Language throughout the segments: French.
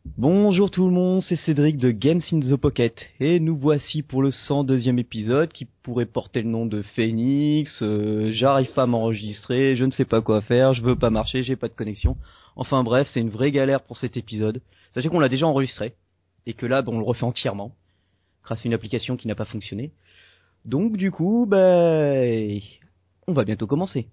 Bonjour tout le monde, c'est Cédric de Games in the Pocket et nous voici pour le 102e épisode qui pourrait porter le nom de Phoenix, j'arrive pas à m'enregistrer, je ne sais pas quoi faire, je veux pas marcher, j'ai pas de connexion. Enfin bref, c'est une vraie galère pour cet épisode. Sachez qu'on l'a déjà enregistré et que là on le refait entièrement grâce à une application qui n'a pas fonctionné. Donc du coup, on va bientôt commencer.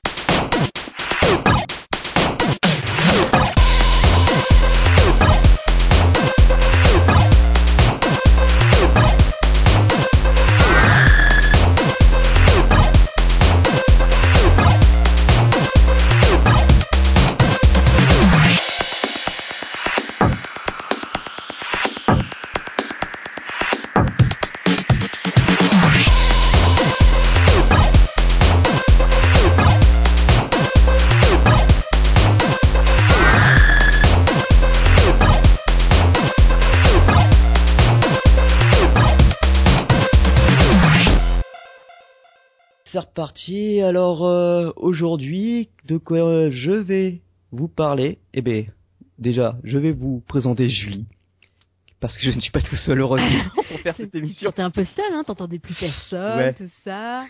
C'est reparti, alors aujourd'hui, de quoi je vais vous parler? Eh ben, déjà, je vais vous présenter Julie, parce que je ne suis pas tout seul heureusement pour faire cette Tu te émission. sentais un peu seul, hein, t'entendais plus personne, Ouais. tout ça.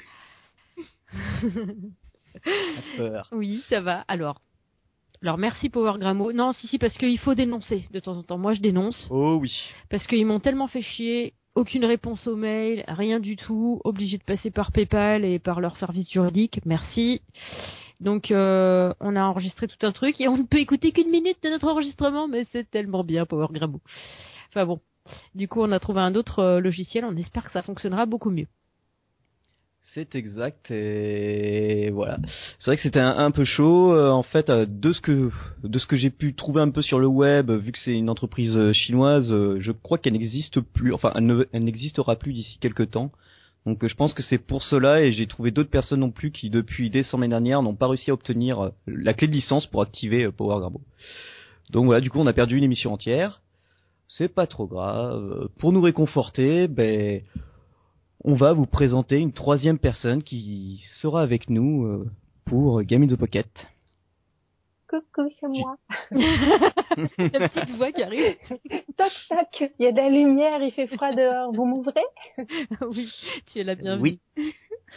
Pas peur. Oui, ça va. Alors merci Power Grammo. Non, si, parce qu'il faut dénoncer de temps en temps. Moi, je dénonce. Oh oui. Parce qu'ils m'ont tellement fait chier. Aucune réponse au mail, rien du tout. Obligé de passer par PayPal et par leur service juridique. Merci. Donc, on a enregistré tout un truc et on ne peut écouter qu'une minute de notre enregistrement, mais c'est tellement bien, Power Grammo. Enfin bon. Du coup, on a trouvé un autre logiciel. On espère que ça fonctionnera beaucoup mieux. C'est exact et voilà. C'est vrai que c'était un peu chaud en fait de ce que j'ai pu trouver un peu sur le web, vu que c'est une entreprise chinoise, je crois qu'elle n'existe plus, enfin elle n'existera plus d'ici quelques temps. Donc je pense que c'est pour cela et j'ai trouvé d'autres personnes non plus qui depuis décembre l'année dernière n'ont pas réussi à obtenir la clé de licence pour activer Power Grabo. Donc voilà, du coup on a perdu une émission entière. C'est pas trop grave. Pour nous réconforter, on va vous présenter une troisième personne qui sera avec nous pour Game in the Pocket. Coucou, c'est moi. La petite voix qui arrive. Toc, toc, il y a de la lumière, il fait froid dehors. Vous m'ouvrez? Oui, tu es la bienvenue. Oui.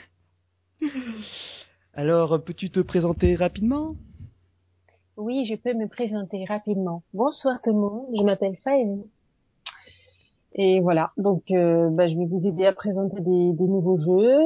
Alors, peux-tu te présenter rapidement? Oui, je peux me présenter rapidement. Bonsoir tout le monde, je m'appelle Faël. Et voilà, donc je vais vous aider à présenter des nouveaux jeux.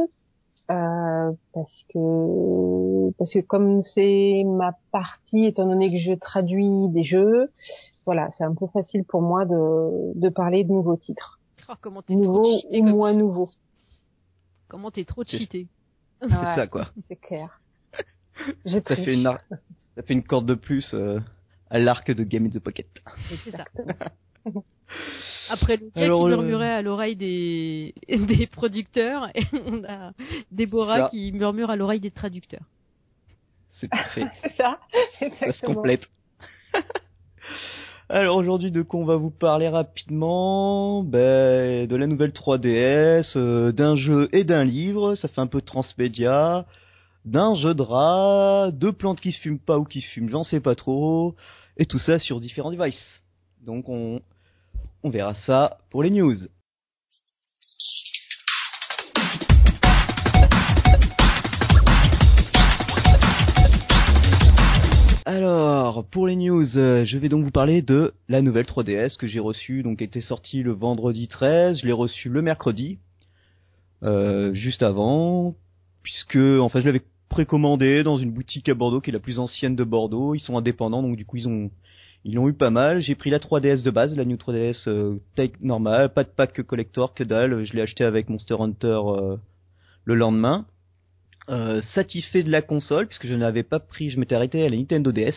Parce que comme c'est ma partie, étant donné que je traduis des jeux, voilà, c'est un peu facile pour moi de parler de nouveaux titres. Oh, comment t'es trop Nouveaux cheaté ou comme moins ça. nouveaux. Comment t'es trop cheaté. C'est ça quoi. C'est clair. Ça fait une corde de plus à l'arc de Game in the Pocket. C'est ça. Exactement. Après le gars qui murmurait à l'oreille des producteurs, et on a Déborah Ça. qui murmure à l'oreille des traducteurs. C'est parfait. C'est ça, Ça se exactement. complète. Alors aujourd'hui, de quoi on va vous parler rapidement? De la nouvelle 3DS, d'un jeu et d'un livre, ça fait un peu de transmédia, d'un jeu de rat, de plantes qui se fument pas ou qui se fument, j'en sais pas trop, et tout ça sur différents devices. Donc on verra ça pour les news. Alors, pour les news, je vais donc vous parler de la nouvelle 3DS que j'ai reçue, donc était sortie le vendredi 13, je l'ai reçue le mercredi, juste avant, puisque en fait je l'avais précommandé dans une boutique à Bordeaux qui est la plus ancienne de Bordeaux, ils sont indépendants donc du coup ils l'ont eu pas mal, j'ai pris la 3DS de base, la New 3DS taille normale, pas de pack collector, que dalle, je l'ai acheté avec Monster Hunter le lendemain. Satisfait de la console puisque je n'avais pas pris, je m'étais arrêté à la Nintendo DS.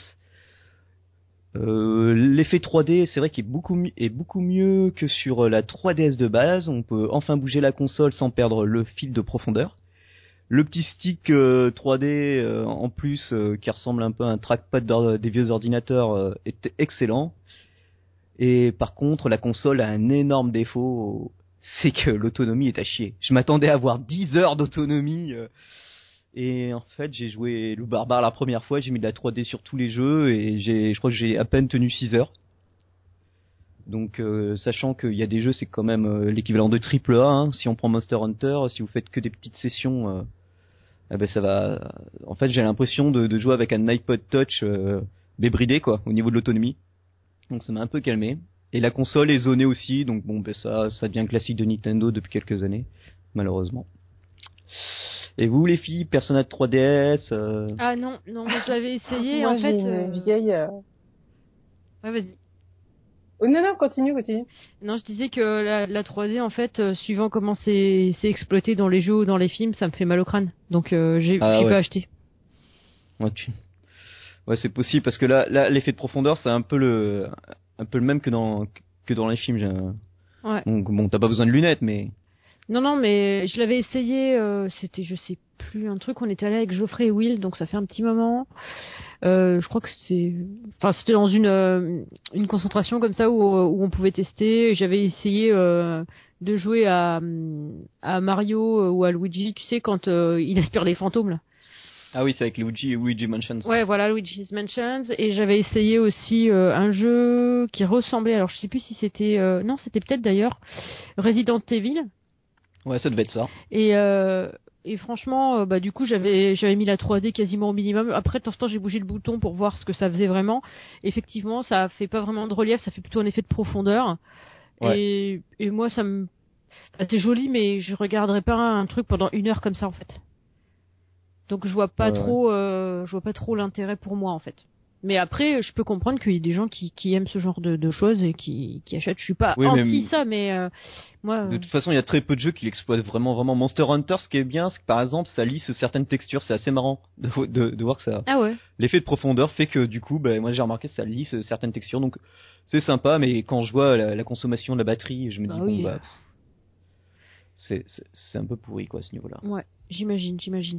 L'effet 3D, c'est vrai qu'il est beaucoup mieux que sur la 3DS de base. On peut enfin bouger la console sans perdre le fil de profondeur. Le petit stick 3D en plus qui ressemble un peu à un trackpad des vieux ordinateurs est excellent. Et par contre, la console a un énorme défaut, c'est que l'autonomie est à chier. Je m'attendais à avoir 10 heures d'autonomie. Et en fait, j'ai joué le barbare la première fois, j'ai mis de la 3D sur tous les jeux et je crois que j'ai à peine tenu 6 heures. Donc sachant qu'il y a des jeux, c'est quand même l'équivalent de AAA. Hein. Si on prend Monster Hunter, si vous faites que des petites sessions, eh ben ça va. En fait, j'ai l'impression de jouer avec un iPod Touch débridé quoi, au niveau de l'autonomie. Donc ça m'a un peu calmé. Et la console est zonée aussi, donc bon, ben ça devient classique de Nintendo depuis quelques années, malheureusement. Et vous les filles, Persona 3DS Ah non, moi je l'avais essayé Moi, en fait. j'ai une vieille. Ouais, vas-y. Oh, non, continue. Non, je disais que la 3D en fait, suivant comment c'est exploité dans les jeux ou dans les films, ça me fait mal au crâne. Donc j'ai pas acheté. Ouais, c'est possible parce que là l'effet de profondeur, c'est un peu le même que dans les films. Ouais. Donc bon, t'as pas besoin de lunettes, mais Non, mais je l'avais essayé. C'était, je sais plus, un truc. On était allé avec Geoffrey et Will, donc ça fait un petit moment. Je crois que c'était dans une concentration comme ça où on pouvait tester. J'avais essayé de jouer à Mario ou à Luigi, tu sais, quand il aspire les fantômes là. ah oui, c'est avec Luigi Mansions. Ouais, voilà, Luigi's Mansions. Et j'avais essayé aussi un jeu qui ressemblait. Alors je sais plus si c'était, non, c'était peut-être d'ailleurs Resident Evil. Ouais, ça devait être ça. Et franchement, bah du coup j'avais mis la 3D quasiment au minimum. Après de temps en temps j'ai bougé le bouton pour voir ce que ça faisait vraiment. Effectivement, ça fait pas vraiment de relief, ça fait plutôt un effet de profondeur. Ouais. Et moi ça me, c'est joli, mais je regarderais pas un truc pendant 1 heure comme ça en fait. Donc je vois pas trop l'intérêt pour moi en fait. Mais après, je peux comprendre qu'il y ait des gens qui aiment ce genre de choses et qui achètent. Je suis pas anti ça, mais moi. De toute façon, il y a très peu de jeux qui l'exploitent vraiment. Monster Hunter, ce qui est bien, c'est que par exemple, ça lisse certaines textures. C'est assez marrant de voir que ça. Ah ouais. L'effet de profondeur fait que du coup, ben moi j'ai remarqué que ça lisse certaines textures. Donc c'est sympa, mais quand je vois la consommation de la batterie, je me dis oui. bon bah c'est un peu pourri quoi à ce niveau-là. Ouais, j'imagine.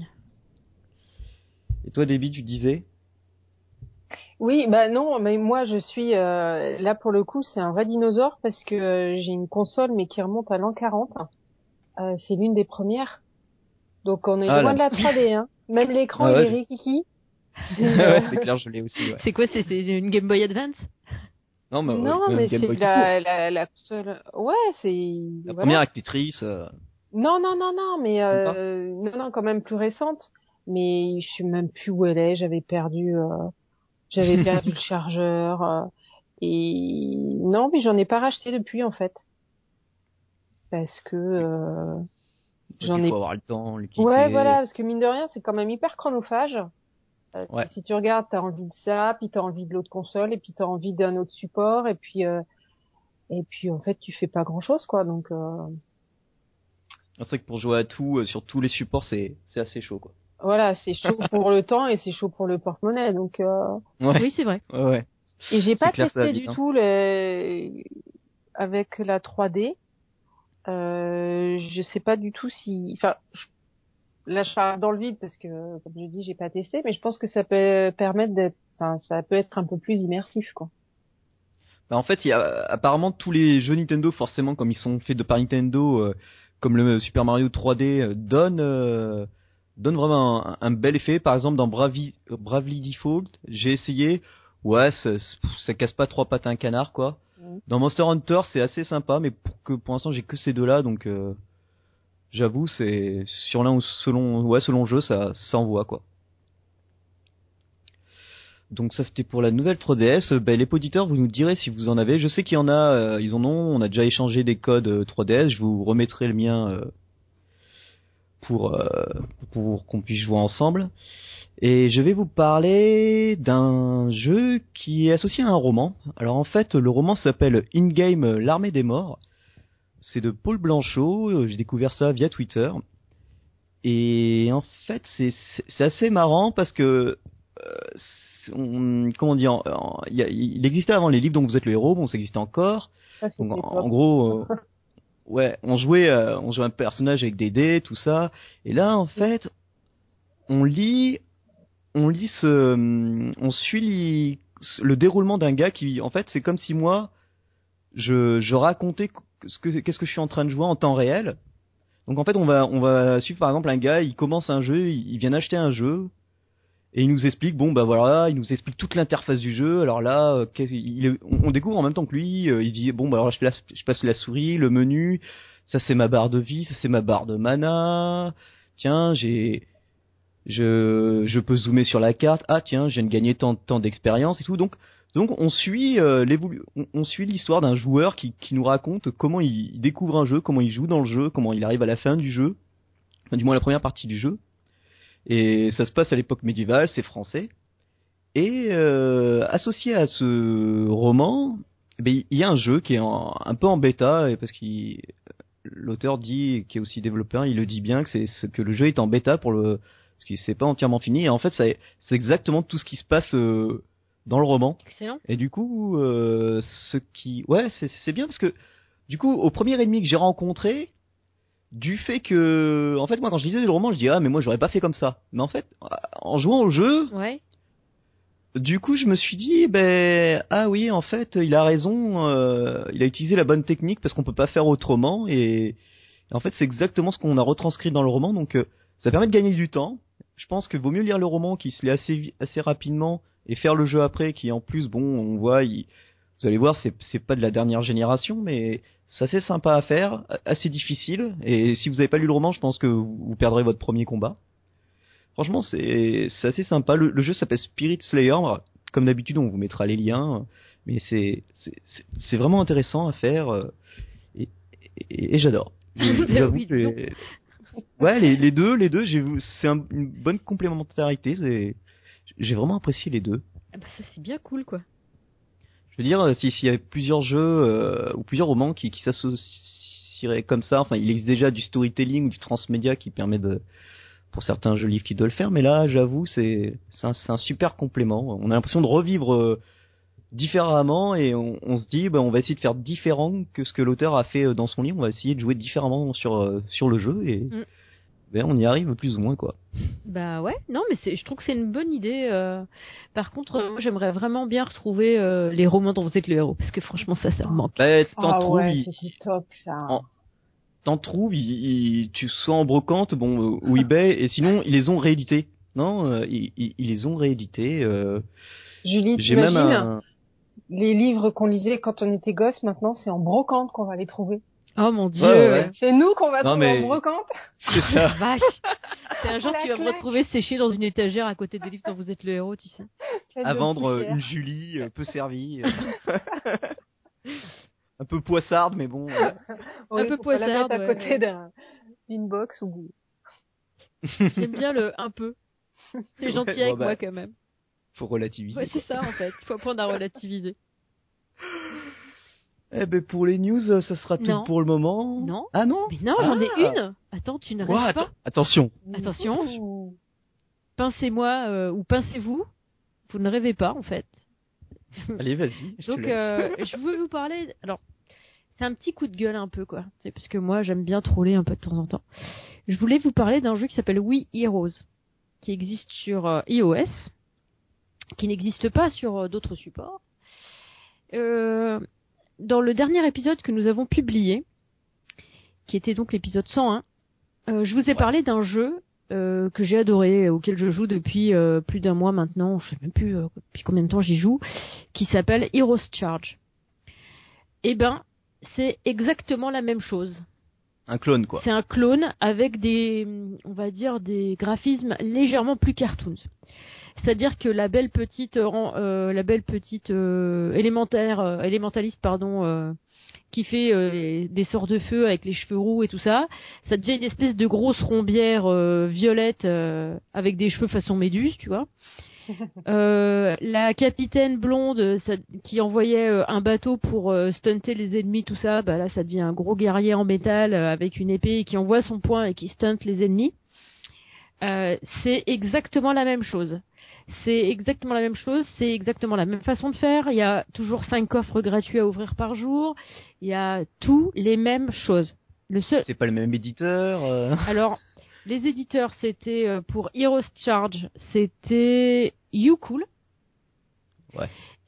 Et toi, Déby, tu disais? Oui, bah non, mais moi je suis là pour le coup, c'est un vrai dinosaure parce que j'ai une console mais qui remonte à l'an 40. C'est l'une des premières. Donc on est Ah loin là. de la 3D, hein. Même l'écran Ah il est ouais, rikiki. ouais, c'est clair, je l'ai aussi. Ouais. C'est quoi, c'est une Game Boy Advance? Non, mais Non, même mais Game c'est Boy tout court. la console. Ouais, c'est La voilà. première avec Tetris. Non, mais Même pas. non, quand même plus récente. Mais je sais même plus où elle est. J'avais perdu le chargeur. Et non, mais j'en ai pas racheté depuis en fait, parce que Et puis il j'en faut ai. avoir le temps, Ouais, voilà, l'utilité. parce que mine de rien, c'est quand même hyper chronophage. Ouais. Si tu regardes, t'as envie de ça, puis t'as envie de l'autre console, et puis t'as envie d'un autre support, et puis en fait, tu fais pas grand-chose, quoi. Donc C'est vrai que pour jouer à tout, sur tous les supports, c'est assez chaud, quoi. voilà, c'est chaud pour le temps et c'est chaud pour le porte-monnaie. Donc Ouais. Oui, c'est vrai. Ouais. et j'ai C'est pas clair, ça va testé vite, du hein. tout avec la 3D. Je sais pas du tout si, enfin, là je parle dans le vide parce que comme je dis, j'ai pas testé, mais je pense que ça peut permettre d'être, enfin, ça peut être un peu plus immersif, quoi. Bah, en fait, il y a apparemment tous les jeux Nintendo, forcément, comme ils sont faits de par Nintendo, comme le Super Mario 3D, donnent vraiment un bel effet. Par exemple, dans Bravely Default, j'ai essayé. Ouais, ça casse pas trois pattes à un canard, quoi. Mm. Dans Monster Hunter, c'est assez sympa, mais pour l'instant, j'ai que ces deux-là, donc j'avoue, c'est sur l'un ou selon le jeu, ça envoie, quoi. Donc ça c'était pour la nouvelle 3DS. Ben, les auditeurs, vous nous direz si vous en avez. Je sais qu'il y en a, ils en ont. On a déjà échangé des codes 3DS. Je vous remettrai le mien pour pour qu'on puisse jouer ensemble. Et je vais vous parler d'un jeu qui est associé à un roman. Alors en fait, le roman s'appelle In-Game l'Armée des Morts. C'est de Paul Blanchot. J'ai découvert ça via Twitter. Et en fait, c'est assez marrant parce que comment dire, il existait avant les livres dont vous êtes le héros, bon ça existait encore. Ça, Donc c'était en top. gros, ouais, on jouait un personnage avec des dés, tout ça. Et là en fait, on lit, on suit le déroulement d'un gars qui, en fait, c'est comme si moi, je racontais qu'est-ce que je suis en train de jouer en temps réel. Donc en fait, on va suivre par exemple un gars, il commence un jeu, il vient acheter un jeu. Et il nous explique, bon bah voilà, il nous explique toute l'interface du jeu. Alors là, on découvre en même temps que lui. Il dit bon bah alors je passe la souris, le menu, ça c'est ma barre de vie, ça c'est ma barre de mana. Tiens, je peux zoomer sur la carte. Ah tiens, je viens de gagner tant d'expérience et tout. Donc on suit on suit l'histoire d'un joueur qui nous raconte comment il découvre un jeu, comment il joue dans le jeu, comment il arrive à la fin du jeu, enfin, du moins la première partie du jeu. Et ça se passe à l'époque médiévale, c'est français. Et associé à ce roman, il y a un jeu qui est un peu en bêta, et parce qu'il l'auteur dit, qui est aussi développeur, il le dit bien que le jeu est en bêta parce qu'il c'est pas entièrement fini. Et en fait, c'est exactement tout ce qui se passe dans le roman. Excellent. Et du coup, c'est bien parce que du coup, au premier ennemi que j'ai rencontré, du fait que, en fait, moi, quand je lisais le roman, je dis, ah, mais moi, j'aurais pas fait comme ça. Mais en fait, en jouant au jeu, ouais. Du coup, je me suis dit, ah oui, en fait, il a raison, il a utilisé la bonne technique parce qu'on peut pas faire autrement. Et en fait, c'est exactement ce qu'on a retranscrit dans le roman, donc ça permet de gagner du temps. Je pense qu'il vaut mieux lire le roman qui se lit assez rapidement et faire le jeu après, qui en plus, bon, on voit, vous allez voir, c'est pas de la dernière génération, mais c'est assez sympa à faire, assez difficile. Et si vous avez pas lu le roman, je pense que vous perdrez votre premier combat. Franchement, c'est assez sympa. Le jeu s'appelle Spirit Slayer. Comme d'habitude, on vous mettra les liens. Mais c'est vraiment intéressant à faire. Et j'adore. J'avoue Oui, que ouais, les deux, c'est une bonne complémentarité. J'ai vraiment apprécié les deux. Ah bah ça c'est bien cool quoi. Je veux dire, s'il y avait plusieurs jeux ou plusieurs romans qui s'associeraient comme ça, enfin, il existe déjà du storytelling ou du transmédia qui permet pour certains jeux livres qui doivent le faire, mais là, j'avoue, c'est un super complément. On a l'impression de revivre différemment et on se dit, on va essayer de faire différent que ce que l'auteur a fait dans son livre. On va essayer de jouer différemment sur le jeu et on y arrive plus ou moins quoi. Bah ouais, non mais je trouve que c'est une bonne idée. Par contre, moi j'aimerais vraiment bien retrouver les romans dont vous êtes le héros parce que franchement ça me manque. T'en trouves, c'est top ça. T'en trouves, tu sois en brocante, ou eBay, et sinon ils les ont réédités. Non, ils les ont réédités. Julie, t'imagines les livres qu'on lisait quand on était gosse, maintenant c'est en brocante qu'on va les trouver. Oh mon dieu, ouais. C'est nous qu'on va trouver en brocante. C'est ça. Vache. C'est un jour tu vas me retrouver séché dans une étagère à côté des livres dont vous êtes le héros, tu sais. À vendre une Julie peu servie. Un peu poissarde, mais bon. Oui, un peu poissarde. La mettre à côté d'une box ou. J'aime bien le un peu. C'est gentil avec moi quand même. Faut relativiser. Ouais, c'est ça en fait. Il faut apprendre à relativiser. Pour les news, ça sera tout pour le moment. Non. Ah non. Mais non, j'en ai une. Attends, tu ne rêves pas. Attention. Attention. Pincez-moi ou pincez-vous. Vous ne rêvez pas en fait. Allez, vas-y. Donc, je veux vous parler. Alors, c'est un petit coup de gueule un peu quoi. C'est parce que moi, j'aime bien troller un peu de temps en temps. Je voulais vous parler d'un jeu qui s'appelle We Heroes, qui existe sur iOS, qui n'existe pas sur d'autres supports. Dans le dernier épisode que nous avons publié, qui était donc l'épisode 101, je vous ai parlé d'un jeu que j'ai adoré, auquel je joue depuis plus d'un mois maintenant, je sais même plus depuis combien de temps j'y joue, qui s'appelle Heroes Charge. Eh ben, c'est exactement la même chose. Un clone, quoi. C'est un clone avec on va dire, des graphismes légèrement plus cartoons. C'est-à-dire que la belle petite élémentaliste, qui fait des sorts de feu avec les cheveux roux et tout ça, ça devient une espèce de grosse rombière violette avec des cheveux façon méduse, tu vois. La capitaine blonde qui envoyait un bateau pour stunter les ennemis, tout ça, là ça devient un gros guerrier en métal avec une épée et qui envoie son poing et qui stunt les ennemis. C'est exactement la même chose. C'est exactement la même chose, c'est exactement la même façon de faire. Il y a toujours 5 coffres gratuits à ouvrir par jour. Il y a tous les mêmes choses. C'est pas le même éditeur. Alors, les éditeurs, c'était pour Heroes Charge, c'était YouCool. Ouais.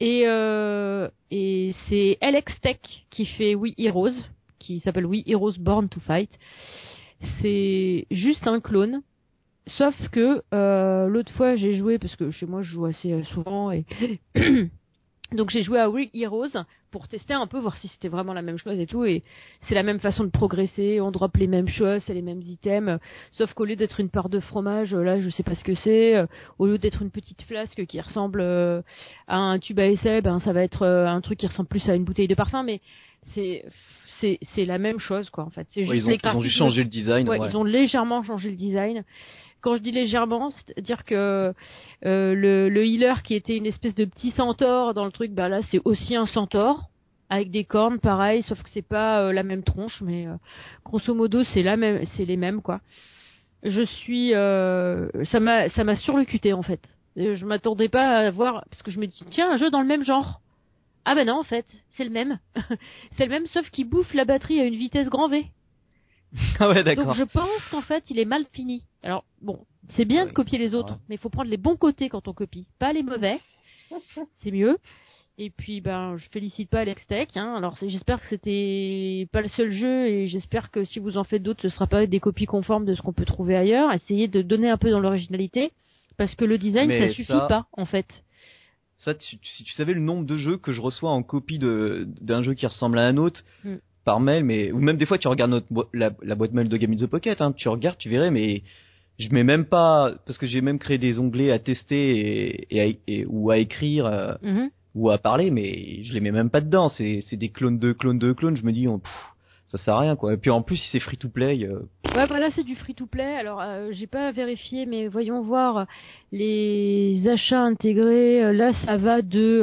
Et c'est LX Tech qui fait We Heroes, qui s'appelle We Heroes Born to Fight. C'est juste un clone. Sauf que l'autre fois j'ai joué, parce que chez moi je joue assez souvent, et donc j'ai joué à We Heroes pour tester un peu, voir si c'était vraiment la même chose et tout, et c'est la même façon de progresser, on drop les mêmes choses, c'est les mêmes items, sauf qu'au lieu d'être une part de fromage, là je sais pas ce que c'est, au lieu d'être une petite flasque qui ressemble à un tube à essai, ben ça va être un truc qui ressemble plus à une bouteille de parfum, mais c'est la même chose quoi en fait. C'est juste ils ont juste changé le design. Ouais, ils ont légèrement changé le design. Quand je dis légèrement, c'est-à-dire que le healer qui était une espèce de petit centaure dans le truc, bah là c'est aussi un centaure avec des cornes, pareil, sauf que c'est pas la même tronche, mais grosso modo c'est les mêmes quoi. Je suis, ça m'a surlocuté en fait. Je m'attendais pas à voir, parce que je me dis tiens, un jeu dans le même genre. Ah ben non en fait, c'est le même, c'est le même sauf qu'il bouffe la batterie à une vitesse grand V. Ah ouais, d'accord. Donc je pense qu'en fait, il est mal fini. Alors bon, c'est bien de copier les autres, mais il faut prendre les bons côtés quand on copie, pas les mauvais. C'est mieux. Et puis ben, je félicite pas Alex Tech. Alors j'espère que c'était pas le seul jeu, et j'espère que si vous en faites d'autres, ce sera pas des copies conformes de ce qu'on peut trouver ailleurs. Essayez de donner un peu dans l'originalité, parce que le design ça suffit pas en fait. Ça, si tu savais le nombre de jeux que je reçois en copie d'un jeu qui ressemble à un autre par mail, mais ou même des fois tu regardes la boîte mail de Game in the Pocket, tu regardes, tu verrais, mais je mets même pas, parce que j'ai même créé des onglets à tester ou à écrire ou à parler, mais je les mets même pas dedans. C'est des clones de clones de clones. Je me dis ça sert à rien quoi. Et puis en plus si c'est free to play. Ouais, voilà, c'est du free to play. Alors j'ai pas vérifié, mais voyons voir les achats intégrés. Là, ça va de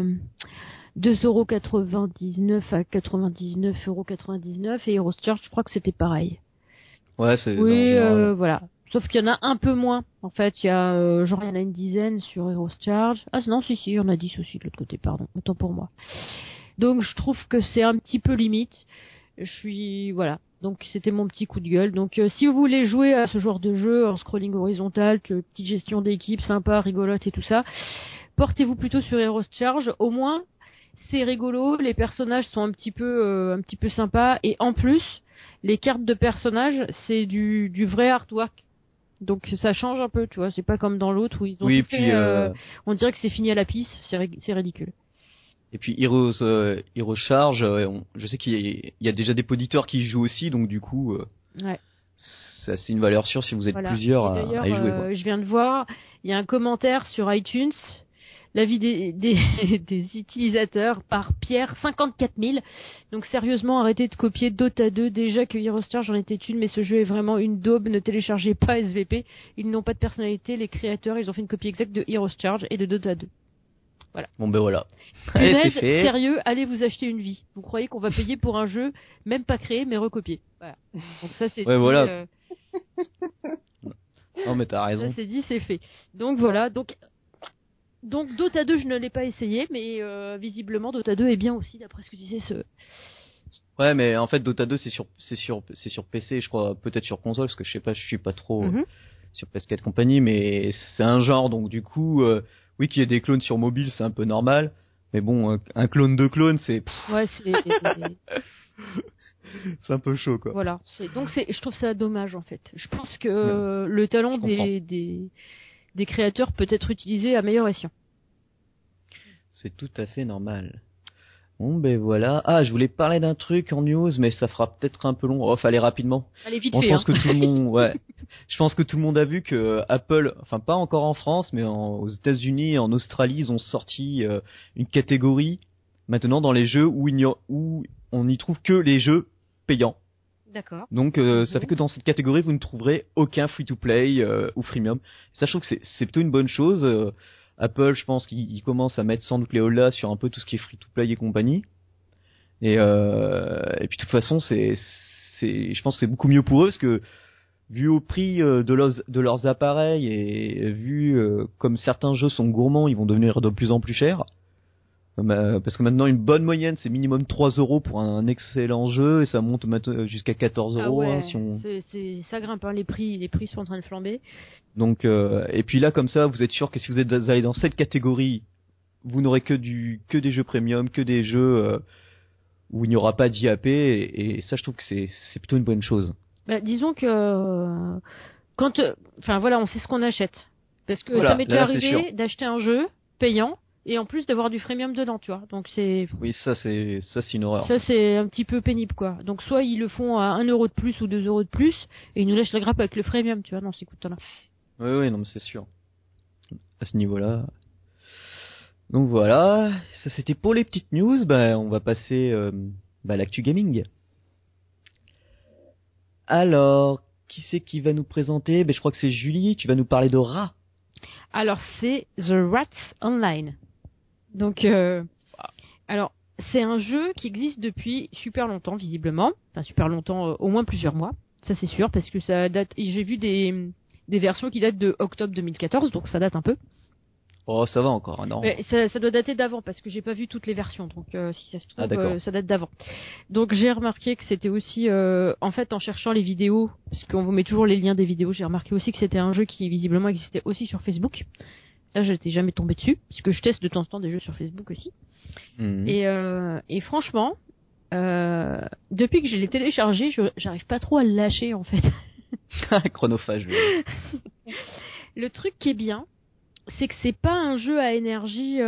2,99€ à 99,99€ et HeroesCharge, je crois que c'était pareil. Ouais, c'est. Oui, voilà. Sauf qu'il y en a un peu moins. En fait, il y a genre il y en a une dizaine sur HeroesCharge. Ah non, si, il y en a 10 aussi de l'autre côté, pardon. Autant pour moi. Donc je trouve que c'est un petit peu limite. Voilà. Donc c'était mon petit coup de gueule. Donc si vous voulez jouer à ce genre de jeu en scrolling horizontal, petite gestion d'équipe sympa, rigolote et tout ça, portez-vous plutôt sur HeroesCharge. Au moins c'est rigolo, les personnages sont un petit peu sympas, et en plus les cartes de personnages c'est du vrai artwork. Donc ça change un peu, tu vois, c'est pas comme dans l'autre où ils ont fait, on dirait que c'est fini à la pisse, c'est ridicule. Et puis Heroes Charge, je sais qu'il y a déjà des poditeurs qui y jouent aussi, donc du coup, c'est une valeur sûre si vous êtes plusieurs à y jouer. Je viens de voir, il y a un commentaire sur iTunes, l'avis des utilisateurs par Pierre, 54 000. Donc sérieusement, arrêtez de copier Dota 2. Déjà que Heroes Charge en était une, mais ce jeu est vraiment une daube. Ne téléchargez pas SVP. Ils n'ont pas de personnalité. Les créateurs, ils ont fait une copie exacte de Heroes Charge et de Dota 2. Voilà. Bon ben voilà. Allez, c'est fait. Sérieux, allez vous acheter une vie. Vous croyez qu'on va payer pour un jeu même pas créé mais recopié. Voilà. Donc ça c'est dit, voilà. Non mais t'as raison. Ça c'est dit, c'est fait. Donc voilà, donc Dota 2 je ne l'ai pas essayé, mais visiblement Dota 2 est bien aussi d'après ce que disait ce. Ouais, mais en fait Dota 2 c'est sur PC, je crois, peut-être sur console parce que je sais pas, je suis pas trop sur PS4 compagnie, mais c'est un genre, donc du coup oui, qu'il y ait des clones sur mobile, c'est un peu normal. Mais bon, un clone de clone, c'est. Ouais, c'est. C'est un peu chaud, quoi. Voilà. Donc je trouve ça dommage, en fait. Je pense que le talent des créateurs peut être utilisé à meilleur escient. C'est tout à fait normal. Bon, ben voilà. Ah, je voulais parler d'un truc en news, mais ça fera peut-être un peu long. Oh, fallait rapidement. Allez, vite fait. Je pense que tout le monde, je pense que tout le monde a vu que Apple, enfin pas encore en France, mais aux États-Unis et en Australie, ils ont sorti une catégorie maintenant dans les jeux où on n'y trouve que les jeux payants. D'accord. Donc ça fait que dans cette catégorie, vous ne trouverez aucun free-to-play ou freemium. Ça, je trouve que c'est plutôt une bonne chose. Apple, je pense qu'il commence à mettre sans doute les hollas sur un peu tout ce qui est free-to-play et compagnie. Et puis de toute façon, je pense que c'est beaucoup mieux pour eux parce que vu au prix de leurs appareils et vu comme certains jeux sont gourmands, ils vont devenir de plus en plus chers. Parce que maintenant une bonne moyenne c'est minimum 3€ pour un excellent jeu et ça monte jusqu'à 14€. Ah ouais, ça grimpe, les prix sont en train de flamber. Donc et puis là comme ça vous êtes sûr que si vous êtes allé dans cette catégorie, vous n'aurez que des jeux premium, que des jeux où il n'y aura pas d'IAP et ça je trouve que c'est plutôt une bonne chose. Disons que enfin voilà, on sait ce qu'on achète. Parce que Voilà, ça m'est déjà là, c'est arrivé sûr. d'acheter un jeu payant et en plus d'avoir du freemium dedans, tu vois. Donc Oui, ça c'est une horreur. ça c'est un petit peu pénible, quoi. Donc soit ils le font à 1 € de plus ou 2 € de plus et ils nous lâchent la grappe avec le freemium, tu vois, dans ces coups-là. Oui, non, mais c'est sûr. À ce niveau-là. Donc voilà, ça c'était pour les petites news. Bah, on va passer à l'actu gaming. Alors, qui c'est qui va nous présenter? Je crois que c'est Julie. Tu vas nous parler de rats. Alors c'est The Rats Online. Donc alors c'est un jeu qui existe depuis super longtemps visiblement, enfin super longtemps, au moins plusieurs mois, ça c'est sûr parce que ça date. Et j'ai vu des versions qui datent de octobre 2014, donc ça date un peu. Oh, ça va encore, non? Mais ça doit dater d'avant parce que j'ai pas vu toutes les versions, donc si ça se trouve d'accord. ça date d'avant. Donc j'ai remarqué que c'était aussi en fait en cherchant les vidéos, parce qu'on vous met toujours les liens des vidéos, j'ai remarqué aussi que c'était un jeu qui visiblement existait aussi sur Facebook. Ça j'étais jamais tombé dessus, puisque je teste de temps en temps des jeux sur Facebook aussi. Mhm. Et franchement, depuis que je l'ai téléchargé, j'arrive pas trop à le lâcher en fait. Chronophage. Le truc qui est bien, c'est que c'est pas un jeu à énergie.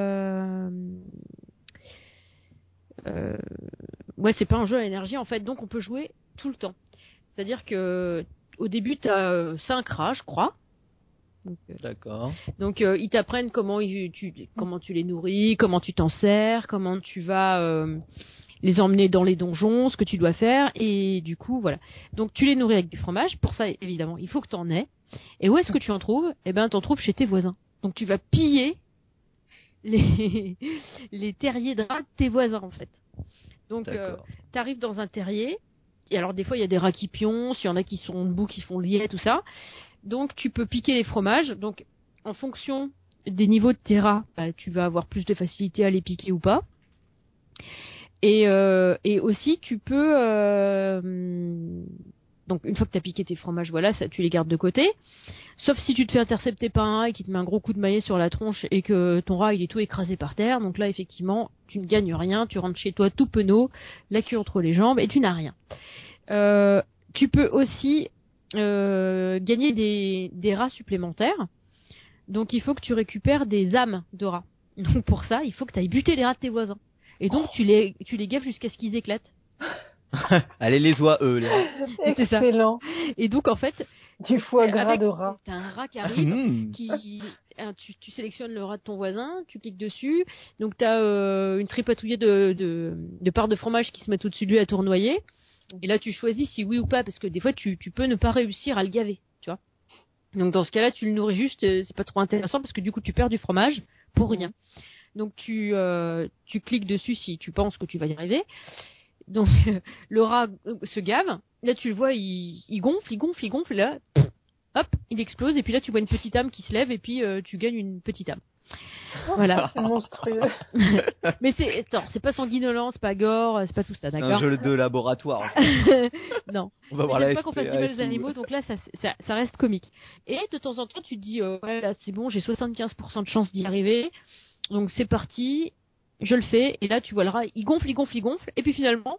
Ouais, c'est pas un jeu à énergie en fait, donc on peut jouer tout le temps. C'est-à-dire que au début, t'as 5 rats, je crois. D'accord. Donc ils t'apprennent comment tu les nourris, comment tu t'en sers, comment tu vas les emmener dans les donjons, ce que tu dois faire, et du coup voilà. Donc tu les nourris avec du fromage. Pour ça évidemment, il faut que t'en aies. Et où est-ce que tu en trouves? Eh ben, t'en trouves chez tes voisins. Donc tu vas piller les les terriers de rats de tes voisins en fait. Donc D'accord. t'arrives dans un terrier. Et alors des fois il y a des rats qui pioncent, il y en a qui sont debout, qui font liet, tout ça. Donc tu peux piquer les fromages. Donc en fonction des niveaux de tes rats, tu vas avoir plus de facilité à les piquer ou pas. Et aussi tu peux donc une fois que tu as piqué tes fromages, voilà, ça, tu les gardes de côté. Sauf si tu te fais intercepter par un rat et qu'il te met un gros coup de maillet sur la tronche et que ton rat il est tout écrasé par terre. Donc là effectivement tu ne gagnes rien, tu rentres chez toi tout penaud, la queue entre les jambes et tu n'as rien. Tu peux aussi gagner des rats supplémentaires. Donc il faut que tu récupères des âmes de rats. Donc pour ça, il faut que tu ailles buter les rats de tes voisins. Et donc tu les gaves jusqu'à ce qu'ils éclatent. Allez, les oies, eux, les rats. C'est ça. Excellent. Et donc en fait, Du foie gras avec de rat. t'as un rat qui arrive, Mmh. tu sélectionnes le rat de ton voisin, tu cliques dessus, donc t'as une tripatouillée de parts de fromage qui se mettent au-dessus de lui à tournoyer. Et là tu choisis si oui ou pas, parce que des fois tu peux ne pas réussir à le gaver, tu vois. Donc dans ce cas-là, tu le nourris juste, c'est pas trop intéressant parce que du coup tu perds du fromage pour rien. Donc tu cliques dessus si tu penses que tu vas y arriver. Donc le rat se gave. Là tu le vois, il gonfle. Là, hop, il explose. Et puis là tu vois une petite âme qui se lève et puis tu gagnes une petite âme. Voilà. C'est monstrueux. Mais c'est pas sanguinolent, c'est pas gore, c'est pas tout ça, C'est un d'accord. jeu de laboratoire. En fait. Non. On va Mais voir j'aime la pas qu'on fasse du mal aux SPA. animaux, donc là ça reste comique. Et de temps en temps tu te dis ouais là c'est bon, j'ai 75% de chance d'y arriver. Donc c'est parti, je le fais. Et là tu vois le rat, il gonfle. Et puis finalement,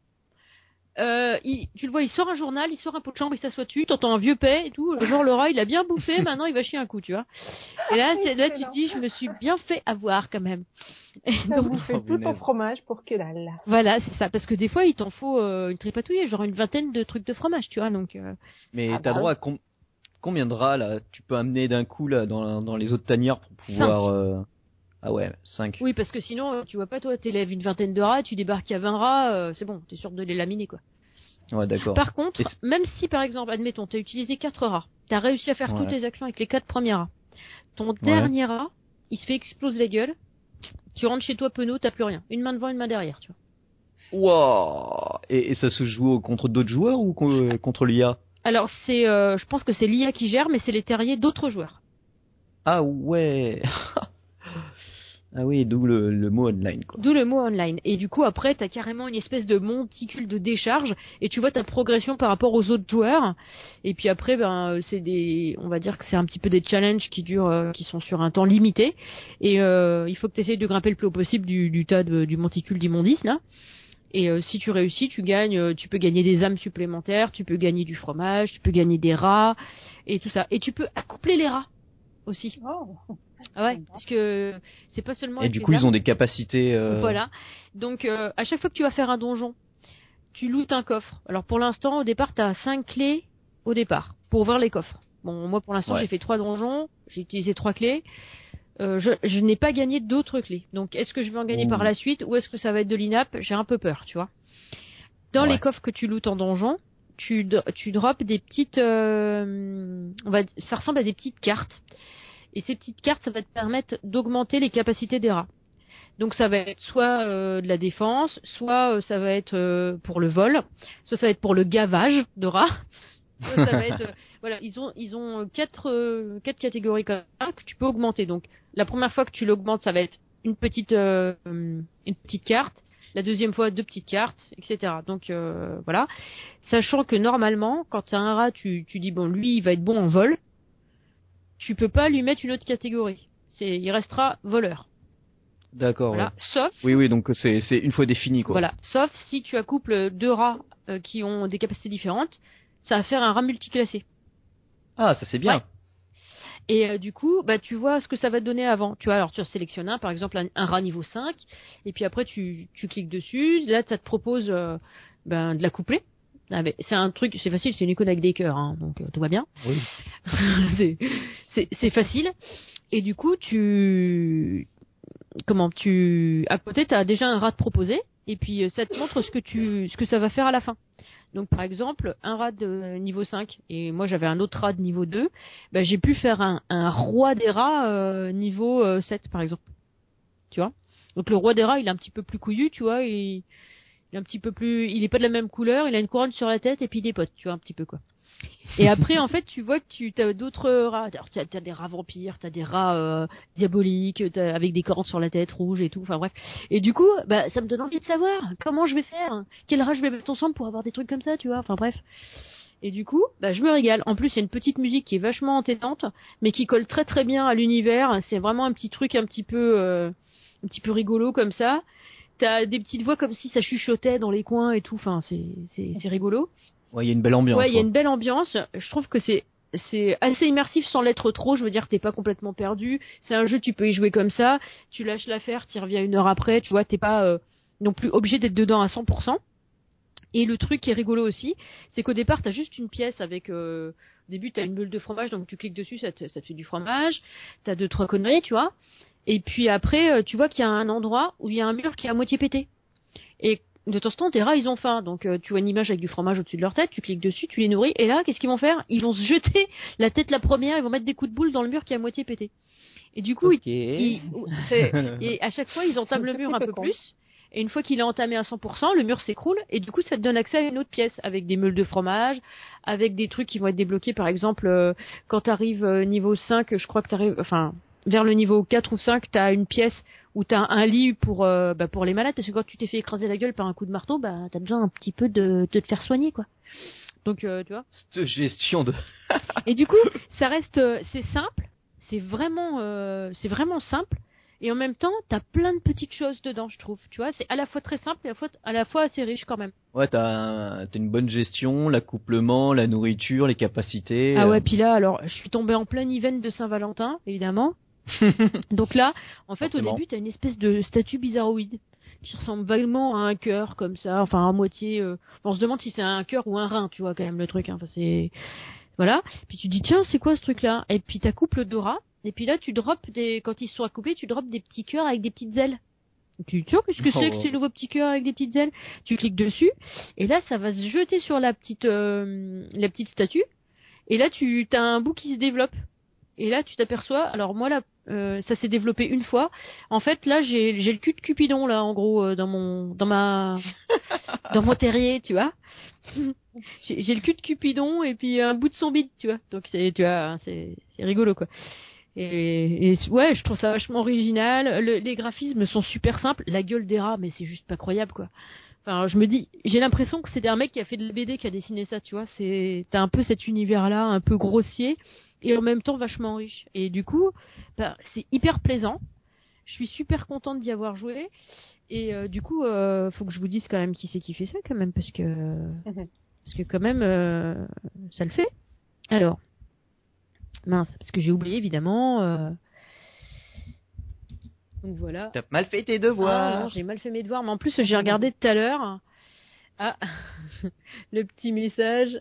tu le vois, il sort un journal, il sort un pot de chambre, il s'assoit dessus, t'entends un vieux paix et tout. Genre le rat il a bien bouffé, maintenant il va chier un coup, tu vois. Et là tu te dis je me suis bien fait avoir quand même. T'as Donc, bouffé tout ton fromage pour que dalle. voilà, c'est ça. Parce que des fois, il t'en faut une tripatouille, genre une vingtaine de trucs de fromage, tu vois. Donc, Mais Ah t'as bah droit à combien de rats là tu peux amener d'un coup là dans les autres tanières pour pouvoir Ah ouais, 5. oui, parce que sinon, tu vois pas, toi, t'élèves une vingtaine de rats, tu débarques à 20 rats, c'est bon, t'es sûr de les laminer, quoi. Ouais, d'accord. Par contre, même si, par exemple, admettons, t'as utilisé 4 rats, t'as réussi à faire toutes les actions avec les 4 premiers rats, ton dernier rat, il se fait exploser la gueule, tu rentres chez toi penaud, t'as plus rien. Une main devant, une main derrière, tu vois. Wow. Et ça se joue contre d'autres joueurs ou contre l'IA? Alors, je pense que c'est l'IA qui gère, mais c'est les terriers d'autres joueurs. Ah ouais. Ah oui, d'où le mot online, quoi. D'où le mot online. Et du coup, après, t'as carrément une espèce de monticule de décharge et tu vois ta progression par rapport aux autres joueurs. Et puis après, on va dire que c'est un petit peu des challenges qui durent, qui sont sur un temps limité. Et il faut que tu essayes de grimper le plus haut possible du tas du monticule d'immondices, là. Et si tu réussis, tu gagnes, tu peux gagner des âmes supplémentaires, tu peux gagner du fromage, tu peux gagner des rats et tout ça. Et tu peux accoupler les rats aussi. Oh. Ah ouais, parce que c'est pas seulement Et avec du les coup, ils âmes. ont des capacités. Voilà. Donc à chaque fois que tu vas faire un donjon, tu lootes un coffre. Alors pour l'instant, au départ, tu as 5 clés au départ pour ouvrir les coffres. Bon, moi pour l'instant, Ouais. j'ai fait 3 donjons, j'ai utilisé 3 clés. Je n'ai pas gagné d'autres clés. Donc est-ce que je vais en gagner Ouh. par la suite ou est-ce que ça va être de l'INAP? J'ai un peu peur, tu vois. Dans les Ouais. coffres que tu lootes en donjon, tu drops des petites... ça ressemble à des petites cartes. Et ces petites cartes, ça va te permettre d'augmenter les capacités des rats. Donc ça va être soit de la défense, soit ça va être pour le vol, soit ça va être pour le gavage de rats. Soit ça va être voilà, ils ont quatre catégories comme ça que tu peux augmenter. Donc la première fois que tu l'augmentes, ça va être une petite carte. La deuxième fois, 2 petites cartes, etc. Donc voilà. Sachant que normalement, quand tu as un rat, tu dis bon, lui, il va être bon en vol. Tu peux pas lui mettre une autre catégorie. Il restera voleur. D'accord. Voilà. Ouais. Sauf. Oui, donc c'est une fois défini, quoi. Voilà. Sauf si tu accouples 2 rats qui ont des capacités différentes, ça va faire un rat multiclassé. Ah, ça c'est bien. Ouais. Et du coup, bah, tu vois ce que ça va te donner avant. Tu vois, alors tu sélectionnes par exemple, un rat niveau 5, et puis après tu cliques dessus. Là, ça te propose de l'accoupler. C'est un truc, c'est facile, c'est une icône avec des cœurs, hein, donc tout va bien. Oui. c'est facile. Et du coup, à côté, tu as déjà un rat de proposé, et puis ça te montre ce que ça va faire à la fin. Donc par exemple, un rat de niveau 5, et moi j'avais un autre rat de niveau 2, bah, j'ai pu faire un roi des rats niveau 7 par exemple. Tu vois. Donc le roi des rats, il est un petit peu plus couillu, tu vois, il est un petit peu plus, il est pas de la même couleur, il a une couronne sur la tête et puis des potes, tu vois, un petit peu quoi. Et après, en fait, tu vois que tu as d'autres rats. Alors, tu as des rats vampires, tu as des rats diaboliques, avec des cornes sur la tête rouges et tout. Enfin bref. Et du coup, bah, ça me donne envie de savoir comment je vais faire, quel rat je vais mettre ensemble pour avoir des trucs comme ça, tu vois. Enfin bref. Et du coup, bah, je me régale. En plus, il y a une petite musique qui est vachement entêtante, mais qui colle très très bien à l'univers. C'est vraiment un petit truc un petit peu rigolo comme ça. T'as des petites voix comme si ça chuchotait dans les coins et tout. Enfin, c'est rigolo. Ouais, il y a une belle ambiance. Ouais, il y a quoi. une belle ambiance. Je trouve que c'est assez immersif sans l'être trop. Je veux dire, t'es pas complètement perdu. C'est un jeu, tu peux y jouer comme ça. Tu lâches l'affaire, t'y reviens 1 heure après. Tu vois, t'es pas non plus obligé d'être dedans à 100%. Et le truc qui est rigolo aussi, c'est qu'au départ, t'as juste une pièce avec. Au début, t'as une meule de fromage, donc tu cliques dessus, ça te fait du fromage. T'as 2-3 conneries, tu vois. Et puis après, tu vois qu'il y a un endroit où il y a un mur qui est à moitié pété. Et de temps en temps, tes rats, ils ont faim. Donc, tu vois une image avec du fromage au-dessus de leur tête, tu cliques dessus, tu les nourris. Et là, qu'est-ce qu'ils vont faire? Ils vont se jeter la tête la première, ils vont mettre des coups de boule dans le mur qui est à moitié pété. Et du coup, Ok. et à chaque fois, ils entament le mur un peu plus. Et une fois qu'il est entamé à 100%, le mur s'écroule. Et du coup, ça te donne accès à une autre pièce avec des meules de fromage, avec des trucs qui vont être débloqués. Par exemple, quand t'arrives niveau 5, je crois que t'arrives, enfin, vers le niveau 4 ou 5, t'as une pièce où t'as un lit pour les malades. Parce que quand tu t'es fait écraser la gueule par un coup de marteau, bah, t'as besoin un petit peu de te faire soigner, quoi. Donc, tu vois. Cette gestion de. Et du coup, ça reste, c'est simple. C'est vraiment simple. Et en même temps, t'as plein de petites choses dedans, je trouve. Tu vois, c'est à la fois très simple et à la fois assez riche quand même. Ouais, t'as une bonne gestion, l'accouplement, la nourriture, les capacités. Ah ouais, puis là, alors, je suis tombée en plein event de Saint-Valentin, évidemment. Donc là, en fait, Forcément. au début, t'as une espèce de statue bizarroïde qui ressemble vaguement à un cœur, comme ça, enfin, à moitié. On se demande si c'est un cœur ou un rein, tu vois, quand même, le truc. Enfin, c'est voilà. Puis tu dis tiens, c'est quoi ce truc-là? Et puis t'accouples deux rats. Et puis là, quand ils se sont accouplés, tu droppes des petits cœurs avec des petites ailes. Et tu dis tiens, qu'est-ce que c'est que ces nouveaux petits cœurs avec des petites ailes? Tu cliques dessus, et là, ça va se jeter sur la petite statue. Et là, t'as un bout qui se développe. Et là, tu t'aperçois. Alors moi là, ça s'est développé une fois. En fait, là, j'ai le cul de Cupidon là, en gros, dans mon terrier, tu vois. J'ai le cul de Cupidon et puis un bout de son bide, tu vois. Donc c'est rigolo quoi. Et ouais, je trouve ça vachement original. Les graphismes sont super simples. La gueule des rats, mais c'est juste pas croyable quoi. Enfin, je me dis, j'ai l'impression que c'est un mec qui a fait de la BD qui a dessiné ça, tu vois. T'as un peu cet univers-là, un peu grossier et en même temps vachement riche. Et du coup, bah, c'est hyper plaisant. Je suis super contente d'y avoir joué. Et du coup, faut que je vous dise quand même qui c'est qui fait ça quand même, parce que quand même, ça le fait. Alors, mince, parce que j'ai oublié évidemment. Donc voilà. T'as mal fait tes Ah devoirs. non, j'ai mal fait mes devoirs, mais en plus j'ai regardé tout à l'heure. Ah, le petit message.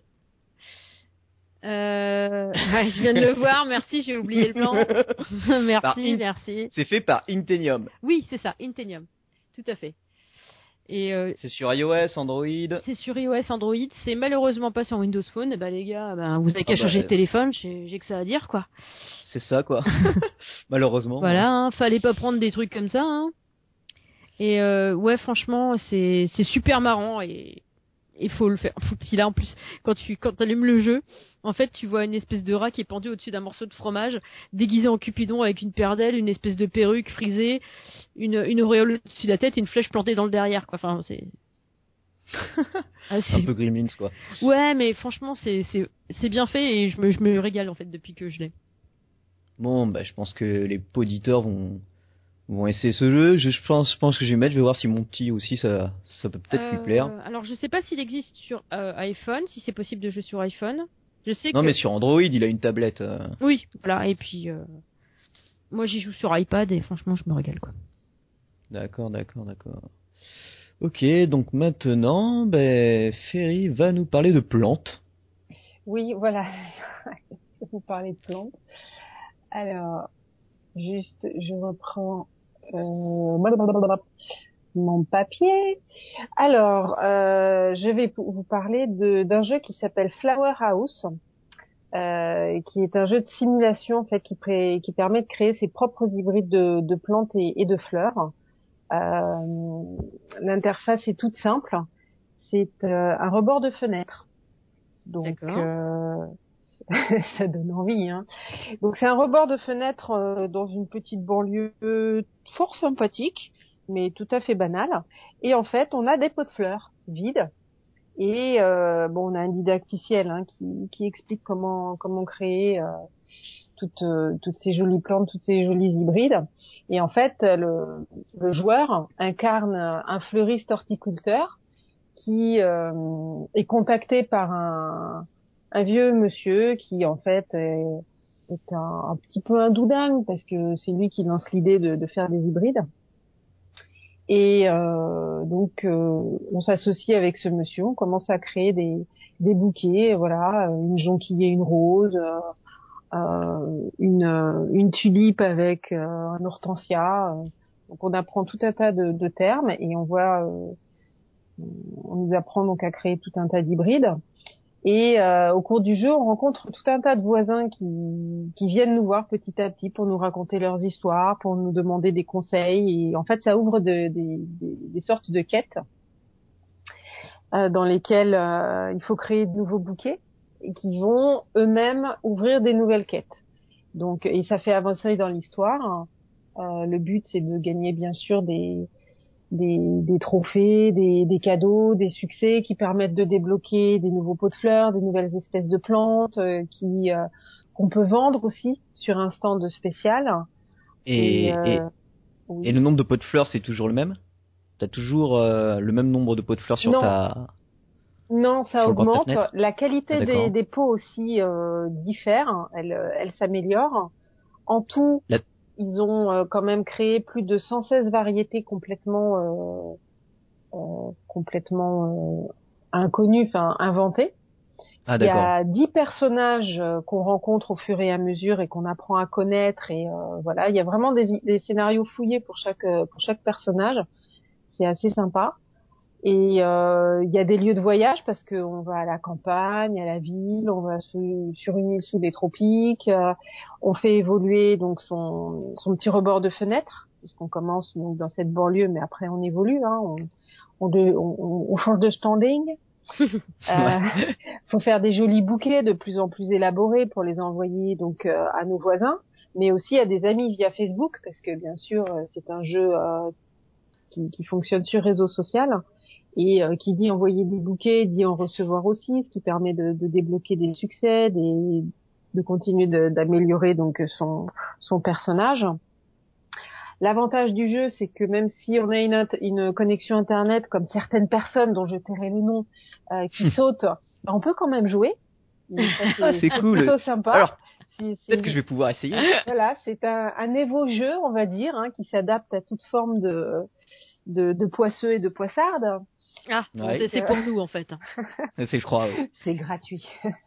Ouais, je viens de le voir, merci, j'ai oublié le plan. Merci. C'est fait par Intenium. Oui, c'est ça, Intenium. Tout à fait. Et c'est sur iOS, Android. C'est sur iOS, Android. C'est malheureusement pas sur Windows Phone. Bah les gars, vous avez qu'à changer de téléphone. J'ai que ça à dire, quoi. C'est ça, quoi. Malheureusement. Voilà, hein, fallait pas prendre des trucs comme ça. Hein. Et ouais, franchement, c'est super marrant et il faut le faire. Puis là, en plus, quand t'allumes le jeu, en fait, tu vois une espèce de rat qui est pendu au-dessus d'un morceau de fromage, déguisé en Cupidon avec une paire d'ailes, une espèce de perruque frisée, une auréole au-dessus de la tête et une flèche plantée dans le derrière, quoi. Enfin, c'est un peu Gremlins, quoi. Ouais, mais franchement, c'est bien fait et je me régale en fait depuis que je l'ai. Bon, bah, je pense que les auditeurs vont essayer ce jeu. Je pense que je vais mettre. Je vais voir si mon petit aussi ça peut peut-être lui plaire. Alors, je sais pas s'il existe sur iPhone, si c'est possible de jouer sur iPhone. Je sais non, mais sur Android, il a une tablette. Oui, voilà. Et puis, moi, j'y joue sur iPad et franchement, je me régale, quoi. D'accord. Ok, donc maintenant, Ferry va nous parler de plantes. Oui, voilà. Je vais vous parler de plantes. Alors, juste, je reprends mon papier. Alors, je vais vous parler d'un jeu qui s'appelle Flower House, qui est un jeu de simulation en fait qui permet de créer ses propres hybrides de plantes et de fleurs. L'interface est toute simple. C'est un rebord de fenêtre. Donc ça donne envie. Hein. Donc c'est un rebord de fenêtre dans une petite banlieue fort sympathique, mais tout à fait banale. Et en fait, on a des pots de fleurs vides. Et on a un didacticiel qui explique comment créer toutes ces jolies plantes, toutes ces jolies hybrides. Et en fait, le joueur incarne un fleuriste horticulteur qui est contacté par un vieux monsieur qui en fait est un petit peu un doudingue parce que c'est lui qui lance l'idée de faire des hybrides. Et donc on s'associe avec ce monsieur, on commence à créer des bouquets, voilà, une jonquille et une rose, une tulipe avec un hortensia. Donc on apprend tout un tas de termes et on nous apprend donc à créer tout un tas d'hybrides. Et au cours du jeu, on rencontre tout un tas de voisins qui viennent nous voir petit à petit pour nous raconter leurs histoires, pour nous demander des conseils. Et en fait, ça ouvre des sortes de quêtes dans lesquelles il faut créer de nouveaux bouquets et qui vont eux-mêmes ouvrir des nouvelles quêtes. Donc, et ça fait avancer dans l'histoire. Le but, c'est de gagner bien sûr des trophées, des cadeaux, des succès qui permettent de débloquer des nouveaux pots de fleurs, des nouvelles espèces de plantes qu'on peut vendre aussi sur un stand spécial. Et le nombre de pots de fleurs, c'est toujours le même? T'as toujours le même nombre de pots de fleurs sur ta... Non, ça augmente. La qualité ah, des pots aussi diffère. Elle s'améliore. En tout, ils ont quand même créé plus de 116 variétés complètement inconnues, enfin inventées. Ah, il y a 10 personnages qu'on rencontre au fur et à mesure et qu'on apprend à connaître et voilà, il y a vraiment des scénarios fouillés pour chaque personnage. C'est assez sympa. Et il y a des lieux de voyage parce qu'on va à la campagne, à la ville, on va sur une île sous les tropiques. On fait évoluer donc son petit rebord de fenêtre, puisqu'on commence donc dans cette banlieue, mais après on évolue. Hein, on change de standing. Faut faire des jolis bouquets de plus en plus élaborés pour les envoyer donc à nos voisins, mais aussi à des amis via Facebook, parce que bien sûr c'est un jeu qui fonctionne sur réseau social. Et qui dit envoyer des bouquets, dit en recevoir aussi, ce qui permet de débloquer des succès, de continuer d'améliorer donc son personnage. L'avantage du jeu, c'est que même si on a une connexion internet, comme certaines personnes dont je tairai le nom, qui sautent, on peut quand même jouer. Donc, ça, c'est cool. Plutôt sympa. Alors, peut-être que je vais pouvoir essayer. Voilà, c'est un Evo-jeu, on va dire, qui s'adapte à toute forme de poisseux et de poissardes. Ah, Ouais. c'est pour nous en fait. C'est, je crois. Ouais. C'est gratuit.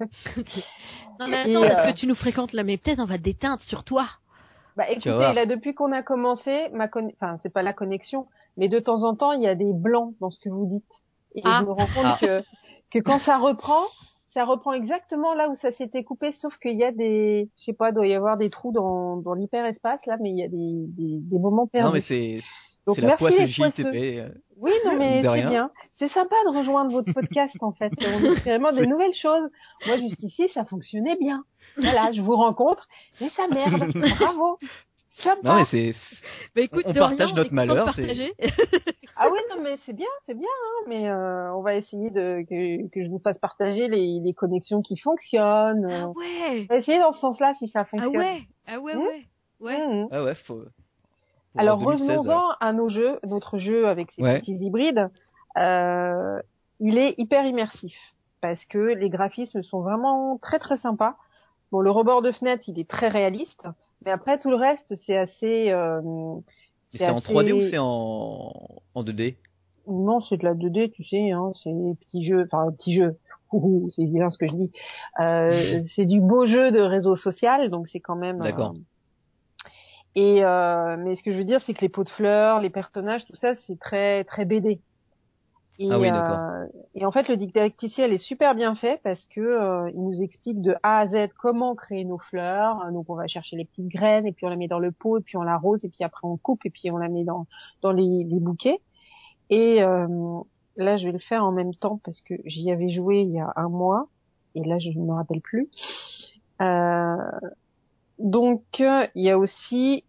Non mais attends, parce que tu nous fréquentes là, mais peut-être on va déteindre sur toi. Bah écoutez, là depuis qu'on a commencé, enfin c'est pas la connexion, mais de temps en temps il y a des blancs dans ce que vous dites. Et je me rends compte que quand ça reprend exactement là où ça s'était coupé, sauf qu'il y a des, je sais pas, doit y avoir des trous dans l'hyperespace là, mais il y a des moments perdus. Non mais c'est la poisse JTP. Oui, non mais c'est bien. C'est sympa de rejoindre votre podcast en fait. On expérimente des nouvelles choses. Moi jusqu'ici ça fonctionnait bien. Voilà, je vous rencontre, mais ça merde. Bravo. Sympa. Non mais c'est. Bah écoute, on partage notre malheur. Ah oui, non mais c'est bien, hein. Mais on va essayer que je vous fasse partager les connexions qui fonctionnent. Ah ouais. On va essayer dans ce sens-là si ça fonctionne. Ah ouais. Ah ouais, faut. Alors revenons-en à notre jeu avec ces petits hybrides. Il est hyper immersif parce que les graphismes sont vraiment très très sympas. Bon, le rebord de fenêtre, il est très réaliste, mais après tout le reste, c'est assez. C'est en 3D ou c'est en 2D? Non, c'est de la 2D, tu sais, hein, c'est des petits jeux, c'est bien ce que je dis. C'est du beau jeu de réseau social, donc c'est quand même. D'accord. Mais ce que je veux dire, c'est que les pots de fleurs, les personnages, tout ça, c'est très très BD. Ah oui, d'accord. Et en fait, le didacticiel est super bien fait parce que il nous explique de A à Z comment créer nos fleurs. Donc, on va chercher les petites graines et puis on la met dans le pot et puis on l'arrose et puis après on coupe et puis on la met dans les bouquets. Et là, je vais le faire en même temps parce que j'y avais joué il y a un mois et là, je ne me rappelle plus. Donc, il y a aussi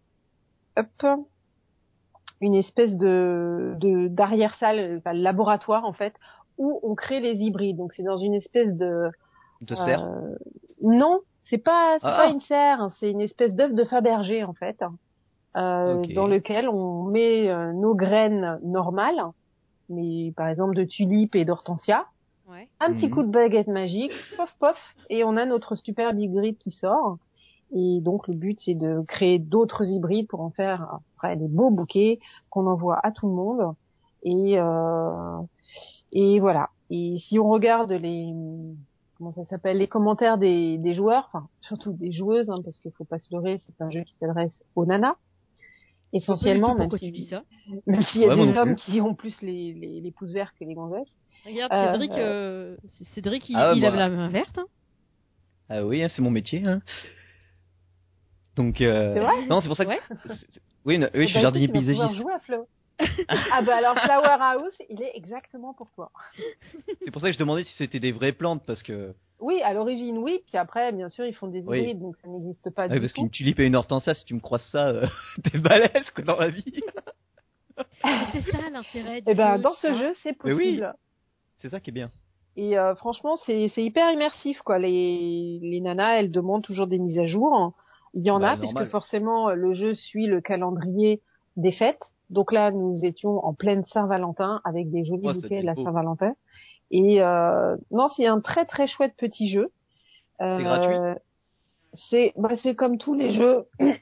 une espèce d'arrière-salle, enfin, laboratoire en fait, où on crée les hybrides. Donc c'est dans une espèce de serre. Non, c'est pas une serre, c'est une espèce d'œuf de Fabergé en fait, dans lequel on met nos graines normales, mais par exemple de tulipes et d'hortensia. Ouais. Un petit coup de baguette magique, pof pof, et on a notre superbe hybride qui sort. Et donc le but c'est de créer d'autres hybrides pour en faire après des beaux bouquets qu'on envoie à tout le monde. Et voilà. Et si on regarde les commentaires des joueurs, enfin surtout des joueuses, hein, parce qu'il faut pas se leurrer, c'est un jeu qui s'adresse aux nanas essentiellement, même s'il y a des hommes qui ont plus les pouces verts que les gonzesses. Regarde, Cédric, il a la main verte. Hein. Ah oui, hein, c'est mon métier. Hein. Donc, c'est vrai non, c'est pour ça que. Ouais. Oui, je suis jardinier paysagiste. Jouer à Flo. Ah bah alors Flower House, il est exactement pour toi. C'est pour ça que je demandais si c'était des vraies plantes parce que. Oui, à l'origine oui, puis après bien sûr ils font des hybrides donc ça n'existe pas du tout. Parce qu'une tulipe et une hortensia, si tu me croises ça, t'es balèze quoi dans la vie. C'est ça l'intérêt du jeu. Et ben dans ce jeu c'est possible. Oui. C'est ça qui est bien. Et franchement c'est hyper immersif quoi. Les nanas elles demandent toujours des mises à jour. Il y en a puisque forcément le jeu suit le calendrier des fêtes. Donc là nous étions en pleine Saint-Valentin avec des jolis bouquets de la Saint-Valentin. Et non, c'est un très très chouette petit jeu. C'est gratuit. C'est comme tous les jeux.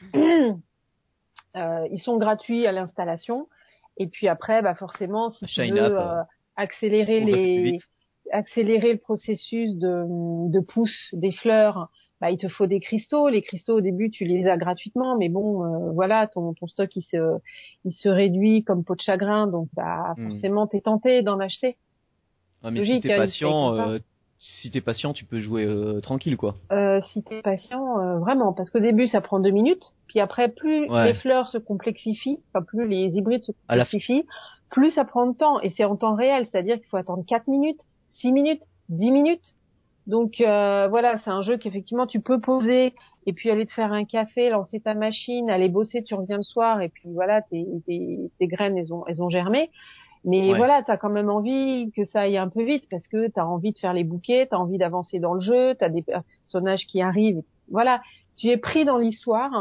Ils sont gratuits à l'installation. Et puis après, forcément, si tu veux accélérer le processus de pousse des fleurs, il te faut des cristaux. Les cristaux au début, tu les as gratuitement, mais bon, voilà, ton stock il se réduit comme peau de chagrin, donc forcément t'es tenté d'en acheter. Ah, mais si t'es patient, tu peux jouer tranquille, quoi. Si t'es patient, vraiment, parce qu'au début, ça prend 2 minutes, puis après, plus les fleurs se complexifient, plus les hybrides se complexifient, plus ça prend de temps, et c'est en temps réel, c'est-à-dire qu'il faut attendre 4 minutes, 6 minutes, 10 minutes. Donc voilà, c'est un jeu qu'effectivement tu peux poser et puis aller te faire un café, lancer ta machine, aller bosser, tu reviens le soir et puis voilà, tes graines elles ont germé. Mais voilà, t'as quand même envie que ça aille un peu vite parce que t'as envie de faire les bouquets, t'as envie d'avancer dans le jeu, t'as des personnages qui arrivent. Voilà, tu es pris dans l'histoire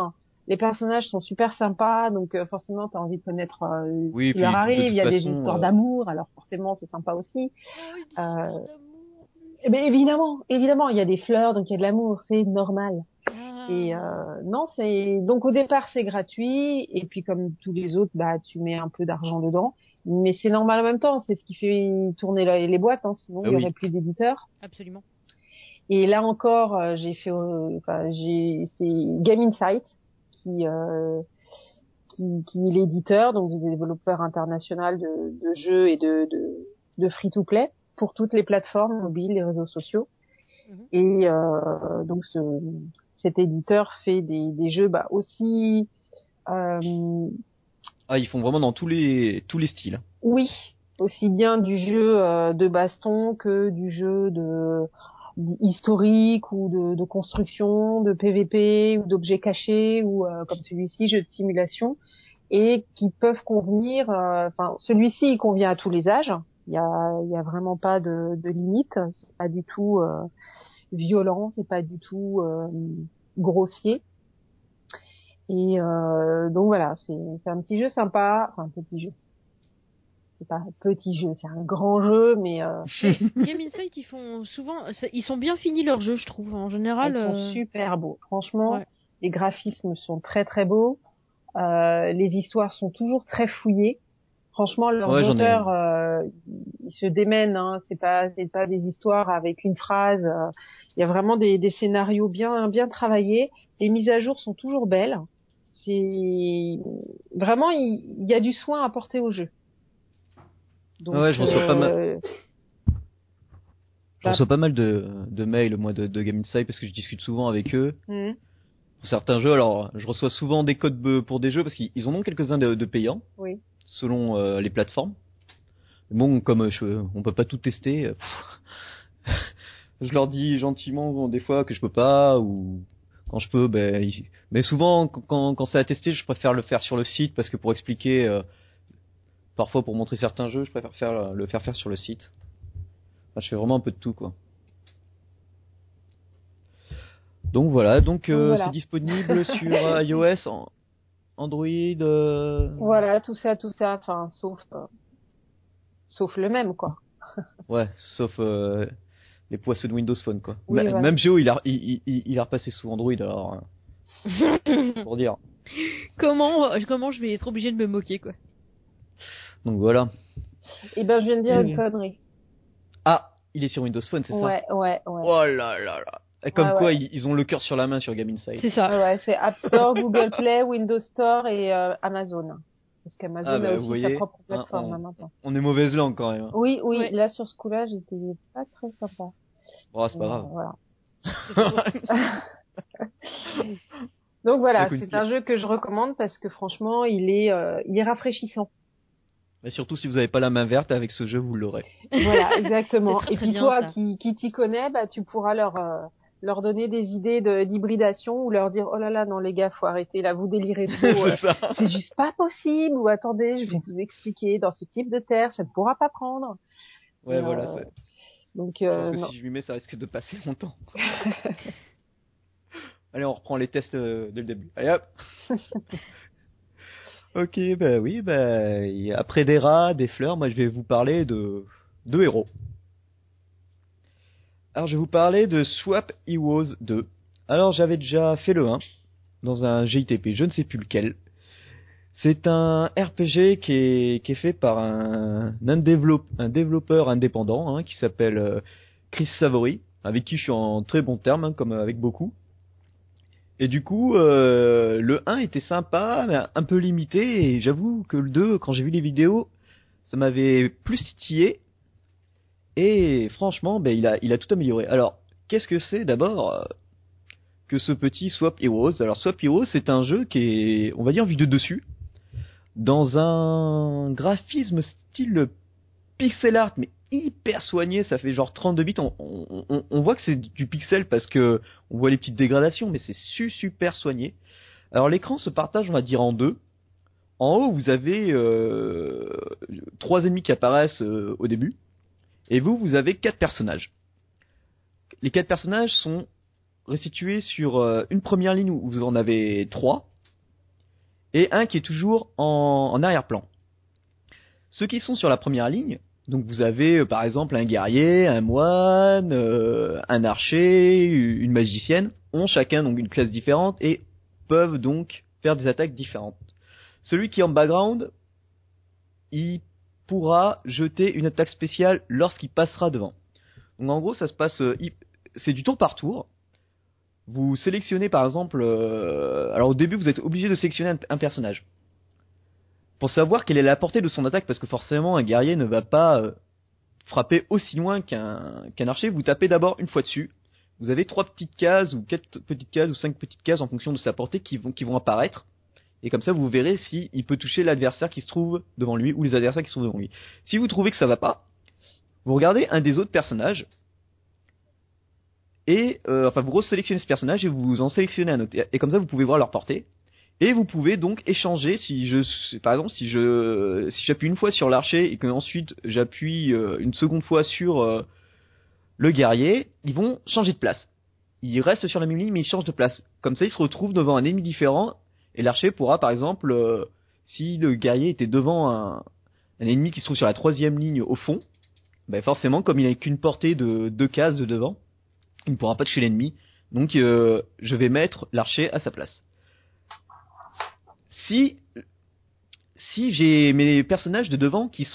les personnages sont super sympas, donc forcément t'as envie de connaître Oui, ce qui leur puis de arrive. toute Il y a des façon, histoires d'amour, alors forcément c'est sympa aussi. Oh, une Euh, histoire d'amour. eh ben évidemment, il y a des fleurs, donc il y a de l'amour, c'est normal. Et Ah. non, c'est donc au départ c'est gratuit, et puis comme tous les autres, bah tu mets un peu d'argent dedans, mais c'est normal en même temps, c'est ce qui fait tourner les boîtes, hein, sinon ah il y aurait oui. plus d'éditeurs. Absolument. Et là encore, c'est Game Insight qui qui est l'éditeur, donc des développeurs internationaux de jeux et de free-to-play pour toutes les plateformes mobiles, les réseaux sociaux. Mhm. Et donc cet éditeur fait des jeux bah, aussi, euh, Ah, ils font vraiment dans tous les styles. oui, aussi bien du jeu de baston que du jeu historique ou de construction, de PVP ou d'objets cachés ou comme celui-ci, jeu de simulation. Et qui peuvent convenir. Enfin, celui-ci, il convient à tous les âges. Il y a vraiment pas de limite. C'est pas du tout violent, c'est pas du tout grossier. Et donc voilà, c'est un petit jeu sympa. Enfin, un petit jeu. C'est pas un petit jeu, c'est un grand jeu, mais Mais Game Insight, ils font souvent, ils sont bien finis leurs jeux, je trouve. En général, ils sont super beaux. Franchement, ouais. les graphismes sont très très beaux. Les histoires sont toujours très fouillées. Franchement, leurs Ouais, j'en ai. auteurs, ils se démènent. Hein. C'est pas des histoires avec une phrase. Il y a vraiment des scénarios bien travaillés. Les mises à jour sont toujours belles. C'est vraiment, il y a du soin apporté au jeu. Donc, Ouais, je reçois pas mal. Je bah, reçois pas mal de mails, moi, de Game Insight parce que je discute souvent avec eux. hum, Pour certains jeux, alors, je reçois souvent des codes pour des jeux parce qu'ils en ont quelques-uns de payants, oui. selon les plateformes. Bon, comme on peut pas tout tester, je leur dis gentiment des fois que je peux pas, ou quand je peux, mais souvent, quand c'est à tester, je préfère le faire sur le site parce que pour expliquer, parfois pour montrer certains jeux, je préfère le faire sur le site. Enfin, je fais vraiment un peu de tout, quoi. Donc voilà, Donc c'est voilà. disponible sur iOS, Android. Voilà, tout ça. Enfin, sauf le même, quoi. Ouais, sauf les poissons de Windows Phone, quoi. Oui, voilà. Même Géo, il a repassé sous Android, alors pour dire. Comment je vais être obligé de me moquer, quoi. Donc voilà. Et ben, je viens de dire Eh une bien. connerie. Ah, il est sur Windows Phone, c'est ça? Ouais. Oh là là là. Et comme Ouais, quoi, ouais. ils ont le cœur sur la main sur Game Insight. C'est ça. Ouais, c'est App Store, Google Play, Windows Store et Amazon. Parce Ah qu'Amazon a bah vous aussi sa voyez, propre hein, plateforme hein, maintenant. on est mauvaise langue quand même. Hein. Oui, Ouais. là sur ce coup-là, j'étais pas très sympa. Oh, c'est Mais, pas grave. voilà. C'est pas grave. Donc voilà, Écoute, c'est un jeu que je recommande parce que franchement, il est rafraîchissant. mais surtout si vous avez pas la main verte avec ce jeu, vous l'aurez. Voilà, C'est exactement. très Et très puis bien toi ça. qui t'y connais, bah tu pourras leur donner des idées d'hybridation ou leur dire oh là là non les gars faut arrêter là vous délirez trop C'est ça. c'est juste pas possible ou attendez je vais vous expliquer dans ce type de terre ça ne pourra pas prendre Ouais, et voilà. donc Je pense que non si je lui mets, ça risque de passer longtemps. Allez, on reprend les tests dès le début. Allez hop. Ok, bah oui, et après des rats, des fleurs, moi je vais vous parler de héros. Alors je vais vous parler de Swap Heroes 2. Alors j'avais déjà fait le 1 dans un JTP, je ne sais plus lequel. C'est un RPG qui est fait par un développeur indépendant qui s'appelle Chris Savory, avec qui je suis en très bon terme, comme avec beaucoup. Et du coup, le 1 était sympa, mais un peu limité, et j'avoue que le 2, quand j'ai vu les vidéos, ça m'avait plus titillé, et franchement, il a tout amélioré. Alors, qu'est-ce que c'est d'abord que ce petit Swap Heroes? Alors, Swap Heroes, c'est un jeu qui est, on va dire, vu de dessus, dans un graphisme style pixel art, mais hyper soigné, ça fait genre 32 bits. On voit que c'est du pixel parce que on voit les petites dégradations, mais c'est super soigné. Alors l'écran se partage, on va dire, en deux. En haut, vous avez trois ennemis qui apparaissent au début, et vous avez quatre personnages. Les quatre personnages sont restitués sur une première ligne où vous en avez trois, et un qui est toujours en arrière-plan. Ceux qui sont sur la première ligne, donc vous avez par exemple un guerrier, un moine, un archer, une magicienne, ont chacun donc une classe différente et peuvent donc faire des attaques différentes. Celui qui est en background, il pourra jeter une attaque spéciale lorsqu'il passera devant. Donc en gros ça se passe, c'est du tour par tour. Vous sélectionnez par exemple, alors au début vous êtes obligé de sélectionner un personnage pour savoir quelle est la portée de son attaque, parce que forcément un guerrier ne va pas frapper aussi loin qu'un archer. Vous tapez d'abord une fois dessus. Vous avez 3 petites cases ou 4 petites cases ou 5 petites cases en fonction de sa portée qui vont apparaître. Et comme ça vous verrez si il peut toucher l'adversaire qui se trouve devant lui ou les adversaires qui sont devant lui. Si vous trouvez que ça va pas, vous regardez un des autres personnages et vous resélectionnez ce personnage et vous en sélectionnez un autre. Et comme ça vous pouvez voir leur portée. Et vous pouvez donc échanger par exemple si j'appuie une fois sur l'archer et que ensuite j'appuie une seconde fois sur le guerrier, ils vont changer de place. Ils restent sur la même ligne mais ils changent de place. Comme ça ils se retrouvent devant un ennemi différent et l'archer pourra par exemple si le guerrier était devant un ennemi qui se trouve sur la 3e ligne au fond, ben forcément comme il n'a qu'une portée de 2 cases de devant, il ne pourra pas toucher l'ennemi. Donc je vais mettre l'archer à sa place. Si j'ai mes personnages de devant qui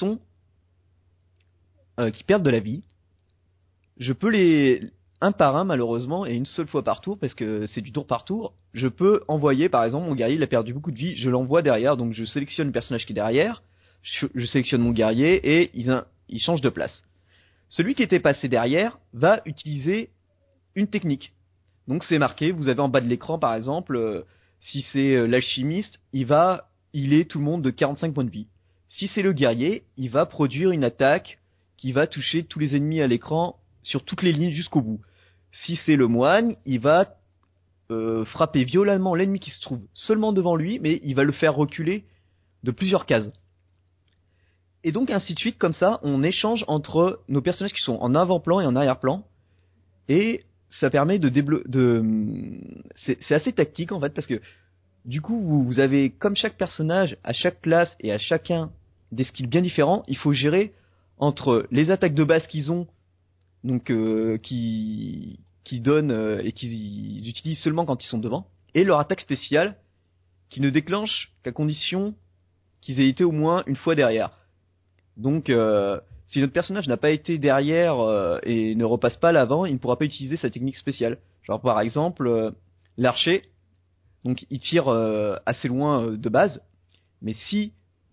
perdent de la vie, je peux les un par un malheureusement et une seule fois par tour parce que c'est du tour par tour. Je peux envoyer par exemple mon guerrier, il a perdu beaucoup de vie, je l'envoie derrière, donc je sélectionne le personnage qui est derrière, je sélectionne mon guerrier et il change de place. Celui qui était passé derrière va utiliser une technique. Donc c'est marqué, vous avez en bas de l'écran par exemple. Si c'est l'alchimiste, il est tout le monde de 45 points de vie. Si c'est le guerrier, il va produire une attaque qui va toucher tous les ennemis à l'écran sur toutes les lignes jusqu'au bout. Si c'est le moine, il va frapper violemment l'ennemi qui se trouve seulement devant lui, mais il va le faire reculer de plusieurs cases. Et donc ainsi de suite, comme ça, on échange entre nos personnages qui sont en avant-plan et en arrière-plan, et ça permet c'est assez tactique en fait parce que du coup vous avez comme chaque personnage à chaque classe et à chacun des skills bien différents, il faut gérer entre les attaques de base qu'ils ont donc qui donnent et qu'ils utilisent seulement quand ils sont devant et leur attaque spéciale qui ne déclenche qu'à condition qu'ils aient été au moins une fois derrière. Donc si notre personnage n'a pas été derrière et ne repasse pas à l'avant, il ne pourra pas utiliser sa technique spéciale. Genre par exemple, l'archer, donc il tire assez loin de base, mais si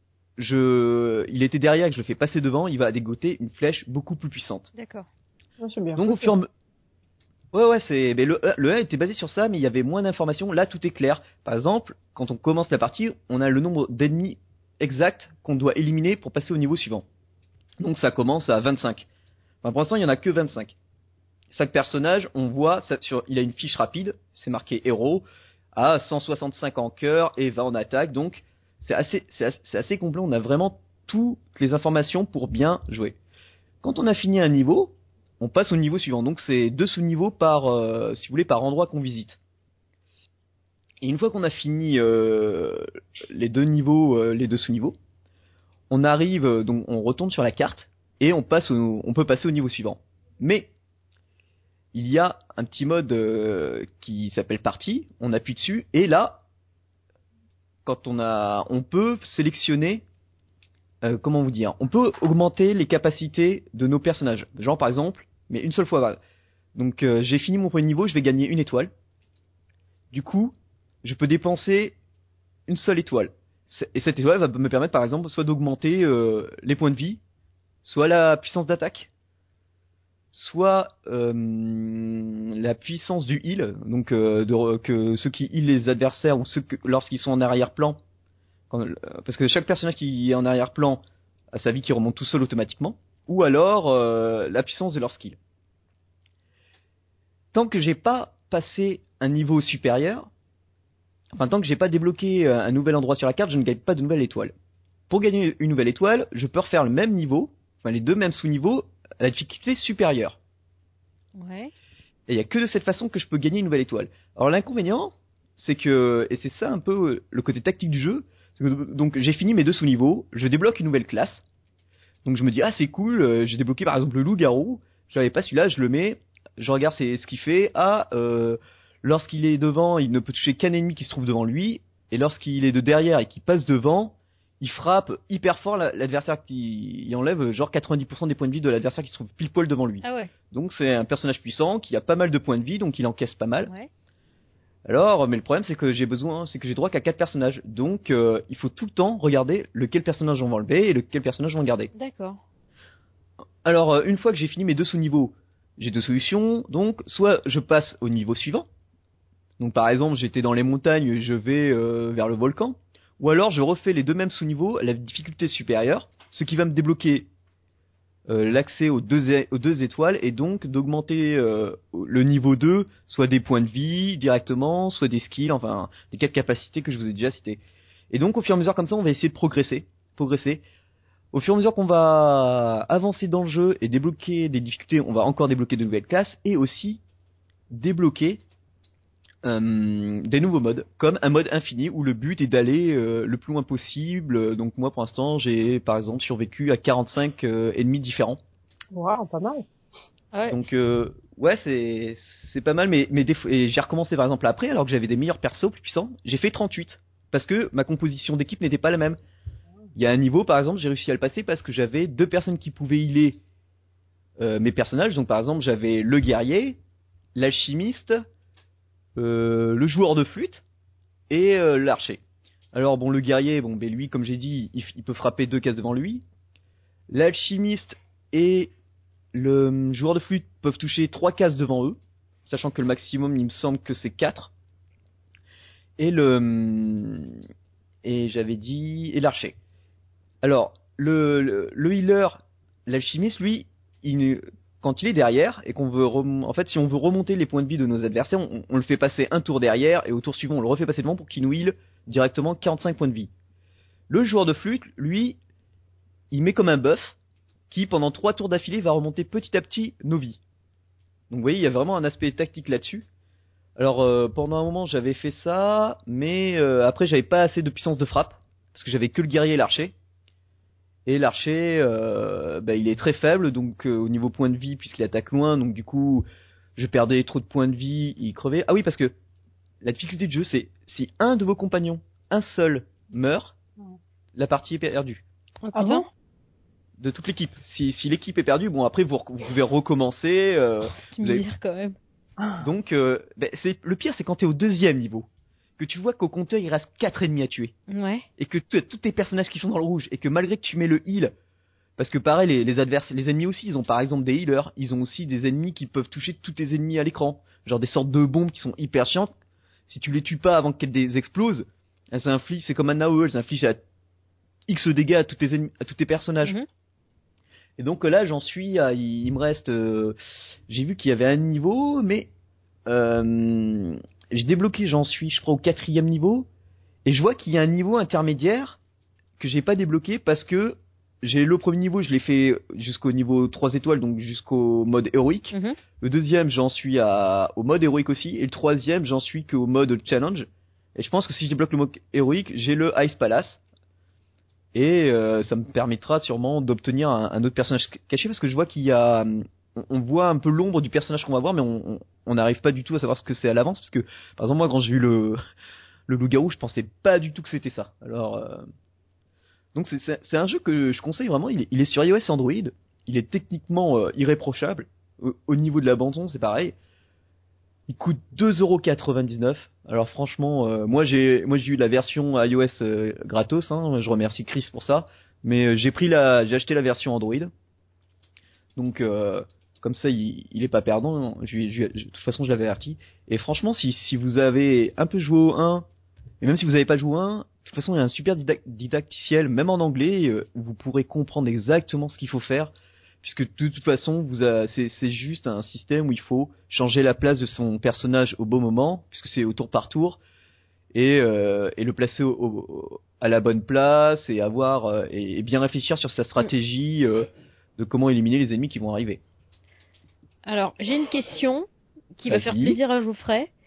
il était derrière et que je le fais passer devant, il va dégoter une flèche beaucoup plus puissante. D'accord. Ouais, c'est bien. Donc au fur et à mesure... Ouais, mais le 1 était basé sur ça, mais il y avait moins d'informations. Là, tout est clair. Par exemple, quand on commence la partie, on a le nombre d'ennemis exact qu'on doit éliminer pour passer au niveau suivant. Donc ça commence à 25. Enfin, pour l'instant, il y en a que 25. Chaque personnage, on voit, il a une fiche rapide, c'est marqué héros, à 165 en cœur et 20 en attaque, donc c'est assez complet, on a vraiment toutes les informations pour bien jouer. Quand on a fini un niveau, on passe au niveau suivant, donc c'est 2 sous-niveaux par, si vous voulez, par endroit qu'on visite. Et une fois qu'on a fini les 2 niveaux, les 2 sous-niveaux, on arrive, donc on retourne sur la carte et on peut passer au niveau suivant. Mais il y a un petit mode qui s'appelle partie, on appuie dessus et là, on peut sélectionner, comment vous dire, on peut augmenter les capacités de nos personnages. Genre par exemple, mais une seule fois. Donc j'ai fini mon premier niveau, je vais gagner une étoile. Du coup, je peux dépenser une seule étoile. Et cette étoile va me permettre par exemple soit d'augmenter les points de vie, soit la puissance d'attaque, soit la puissance du heal, donc que ceux qui heal les adversaires ou lorsqu'ils sont en arrière-plan, parce que chaque personnage qui est en arrière-plan a sa vie qui remonte tout seul automatiquement, ou alors la puissance de leur skill. Tant que j'ai pas passé un niveau supérieur, tant que j'ai pas débloqué un nouvel endroit sur la carte, je ne gagne pas de nouvelle étoile. Pour gagner une nouvelle étoile, je peux refaire le même niveau, les 2 mêmes sous-niveaux, à la difficulté supérieure. Ouais. Et il y a que de cette façon que je peux gagner une nouvelle étoile. Alors l'inconvénient, c'est que, et c'est ça un peu le côté tactique du jeu, c'est que, donc j'ai fini mes 2 sous-niveaux, je débloque une nouvelle classe, donc je me dis ah c'est cool, j'ai débloqué par exemple le loup-garou, j'avais pas celui-là, je le mets, je regarde ce qu'il fait, lorsqu'il est devant, il ne peut toucher qu'un ennemi qui se trouve devant lui, et lorsqu'il est de derrière et qu'il passe devant, il frappe hyper fort l'adversaire il enlève genre 90% des points de vie de l'adversaire qui se trouve pile poil devant lui. Ah ouais. Donc c'est un personnage puissant qui a pas mal de points de vie, donc il encaisse pas mal. Ouais. Alors, mais le problème c'est que j'ai droit qu'à 4 personnages, donc il faut tout le temps regarder lequel personnage on va enlever et lequel personnage on va garder. D'accord. Alors une fois que j'ai fini mes 2 sous-niveaux, j'ai 2 solutions, donc soit je passe au niveau suivant, donc par exemple j'étais dans les montagnes, je vais vers le volcan, ou alors je refais les 2 mêmes sous-niveaux à la difficulté supérieure, ce qui va me débloquer l'accès aux deux étoiles et donc d'augmenter le niveau 2, soit des points de vie directement, soit des skills, enfin des 4 capacités que je vous ai déjà citées. Et donc au fur et à mesure comme ça on va essayer de progresser. Au fur et à mesure qu'on va avancer dans le jeu et débloquer des difficultés, on va encore débloquer de nouvelles classes et aussi débloquer des nouveaux modes, comme un mode infini où le but est d'aller le plus loin possible. Donc moi pour l'instant j'ai par exemple survécu à 45 ennemis différents. Waouh, pas mal. Ouais. Donc ouais c'est pas mal, mais et j'ai recommencé par exemple après alors que j'avais des meilleurs persos plus puissants, j'ai fait 38 parce que ma composition d'équipe n'était pas la même. Il y a un niveau par exemple j'ai réussi à le passer parce que j'avais 2 personnes qui pouvaient healer mes personnages. Donc par exemple j'avais le guerrier, l'alchimiste, le joueur de flûte et l'archer. Alors bon le guerrier, bon ben lui comme j'ai dit, il peut frapper 2 cases devant lui. L'alchimiste et le joueur de flûte peuvent toucher 3 cases devant eux, sachant que le maximum il me semble que c'est 4. Et j'avais dit et l'archer. Alors le healer, l'alchimiste lui, quand il est derrière et qu'on veut en fait si on veut remonter les points de vie de nos adversaires, on le fait passer un tour derrière et au tour suivant on le refait passer devant pour qu'il nous heal directement 45 points de vie. Le joueur de flûte, lui, il met comme un buff qui pendant 3 tours d'affilée va remonter petit à petit nos vies. Donc vous voyez, il y a vraiment un aspect tactique là-dessus. Alors pendant un moment j'avais fait ça, mais après j'avais pas assez de puissance de frappe parce que j'avais que le guerrier et l'archer. Et l'archer, il est très faible, donc au niveau point de vie, puisqu'il attaque loin, donc du coup, je perdais trop de points de vie, il crevait. Ah oui, parce que la difficulté du jeu, c'est si un de vos compagnons, un seul, meurt, la partie est perdue. Ah bon? De toute l'équipe. Si l'équipe est perdue, bon après vous pouvez recommencer. Tu me dire quand même. Donc, le pire, c'est quand t'es au 2e niveau. Que tu vois qu'au compteur il reste 4 ennemis à tuer. Ouais. Et que tous tes personnages qui sont dans le rouge, et que malgré que tu mets le heal, parce que pareil les ennemis aussi, ils ont par exemple des healers, ils ont aussi des ennemis qui peuvent toucher tous tes ennemis à l'écran, genre des sortes de bombes qui sont hyper chiantes. Si tu les tues pas avant qu'elles explosent, c'est comme un AOE, elles infligent à X dégâts à tous tes personnages. Mm-hmm. Et donc là j'en suis à, il me reste, j'ai vu qu'il y avait un niveau, mais j'ai débloqué, j'en suis je crois au 4e niveau, et je vois qu'il y a un niveau intermédiaire que j'ai pas débloqué parce que j'ai le premier niveau, je l'ai fait jusqu'au niveau 3 étoiles, donc jusqu'au mode héroïque. Mm-hmm. Le 2e, j'en suis au mode héroïque aussi, et le 3e, j'en suis qu'au mode challenge. Et je pense que si je débloque le mode héroïque, j'ai le Ice Palace. Et ça me permettra sûrement d'obtenir un autre personnage caché, parce que je vois qu'il y a, on voit un peu l'ombre du personnage qu'on va voir, mais on n'arrive pas du tout à savoir ce que c'est à l'avance, parce que par exemple moi quand j'ai vu le loup-garou, je pensais pas du tout que c'était ça. Alors donc c'est un jeu que je conseille vraiment, il est sur iOS et Android, il est techniquement irréprochable. Au niveau de l'abandon, c'est pareil. Il coûte 2,99€. Alors franchement, moi j'ai eu la version iOS gratos, hein, je remercie Chris pour ça, mais j'ai acheté la version Android. Donc comme ça il est pas perdant, de toute façon je l'avais averti. Et franchement si vous avez un peu joué au 1, et même si vous n'avez pas joué au 1, de toute façon il y a un super didacticiel, même en anglais, où vous pourrez comprendre exactement ce qu'il faut faire. Puisque de toute façon, c'est juste un système où il faut changer la place de son personnage au bon moment, puisque c'est au tour par tour, et le placer à la bonne place, et et bien réfléchir sur sa stratégie de comment éliminer les ennemis qui vont arriver. Alors, j'ai une question qui va faire Vas-y. plaisir à Geoffrey.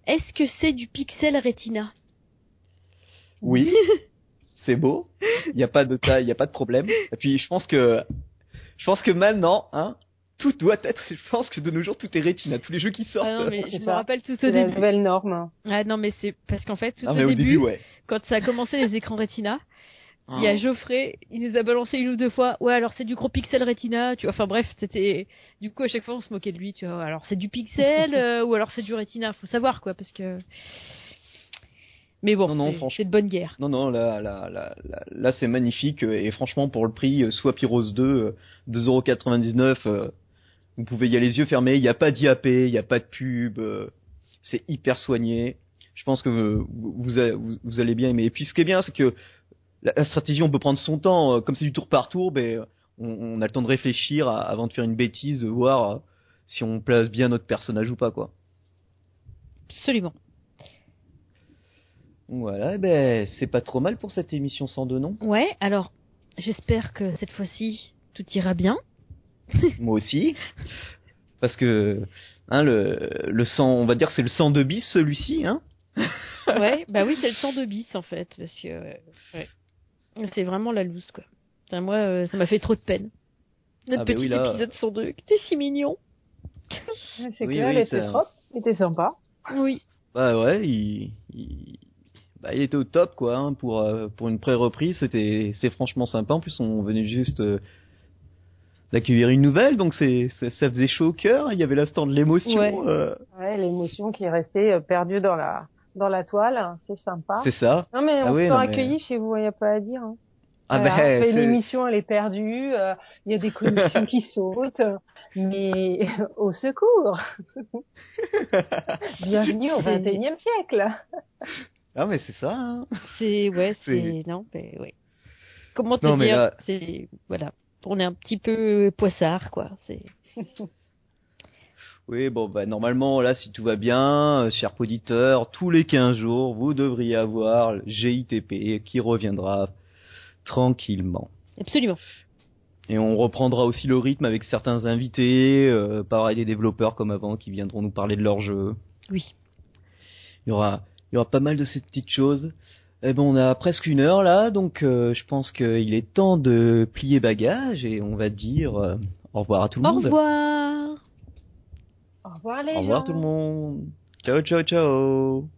Est-ce que c'est du pixel Retina? Oui, c'est beau. Il y a pas de taille, il y a pas de problème. Et puis je pense que maintenant, hein, tout doit être. Je pense que de nos jours tout est Retina. Tous les jeux qui sortent. Ah non, mais C'est je me ça. rappelle tout au C'est la début. nouvelle norme. Ah non, mais c'est parce qu'en fait, tout Ah au mais au début, ouais. quand ça a commencé les écrans Retina, il y a Geoffrey, il nous a balancé une ou deux fois. Ouais, alors c'est du gros pixel Retina, tu vois. Enfin bref, c'était du coup à chaque fois on se moquait de lui, tu vois. Alors c'est du pixel ou alors c'est du Retina, faut savoir quoi, parce que. Mais bon, Non, c'est de bonne guerre. Non, là, c'est magnifique. Et franchement, pour le prix, soit Pyros 2, 2,99€, vous pouvez y aller les yeux fermés. Il n'y a pas d'IAP, il n'y a pas de pub. C'est hyper soigné. Je pense que vous allez bien aimer. Et puis, ce qui est bien, c'est que la stratégie, on peut prendre son temps. Comme c'est du tour par tour, on a le temps de réfléchir avant de faire une bêtise, de voir si on place bien notre personnage ou pas, quoi. Absolument. Voilà, c'est pas trop mal pour cette émission 102, non? Ouais, alors j'espère que cette fois-ci tout ira bien. Moi aussi. Parce que hein, le 100, on va dire que c'est le 102 bis celui-ci, hein. Ouais, bah oui, c'est le 102 bis en fait, parce que ouais. C'est vraiment la loose quoi. Enfin, moi, ça m'a fait trop de peine. Notre petit Oui, là. épisode 102, qui était si mignon. C'est Oui, clair, oui, elle était trop. Elle était sympa. Oui. Bah ouais, il était au top quoi, hein, pour une pré-reprise, c'est franchement sympa. En plus, on venait juste d'accueillir une nouvelle, donc ça faisait chaud au cœur. Il y avait l'instant de l'émotion. Ouais. Ouais, l'émotion qui est restée perdue dans la toile, c'est sympa. C'est ça. Non mais on Ah se ouais, sent non accueilli mais. chez vous, il n'y a pas à dire. Hein. Ah Voilà, on fait une c'est. émission, elle est perdue, il y a des connexions qui sautent, mais au secours. Bienvenue au C'est- 21e siècle. Ah mais c'est ça. Hein. c'est non, mais ouais. Comment te Non mais dire, là. c'est voilà, on est un petit peu poissard quoi, c'est Oui, bon, normalement, là, si tout va bien, cher auditeur, tous les 15 jours, vous devriez avoir le GITP qui reviendra tranquillement. absolument. Et on reprendra aussi le rythme avec certains invités, pareil des développeurs comme avant, qui viendront nous parler de leur jeu. Oui. Il y aura pas mal de ces petites choses. Eh ben, on a presque 1 heure là, donc je pense qu'il est temps de plier bagage et on va dire au revoir à tout le Au monde. revoir. Au revoir les Au revoir gens. tout le monde. Ciao, ciao, ciao.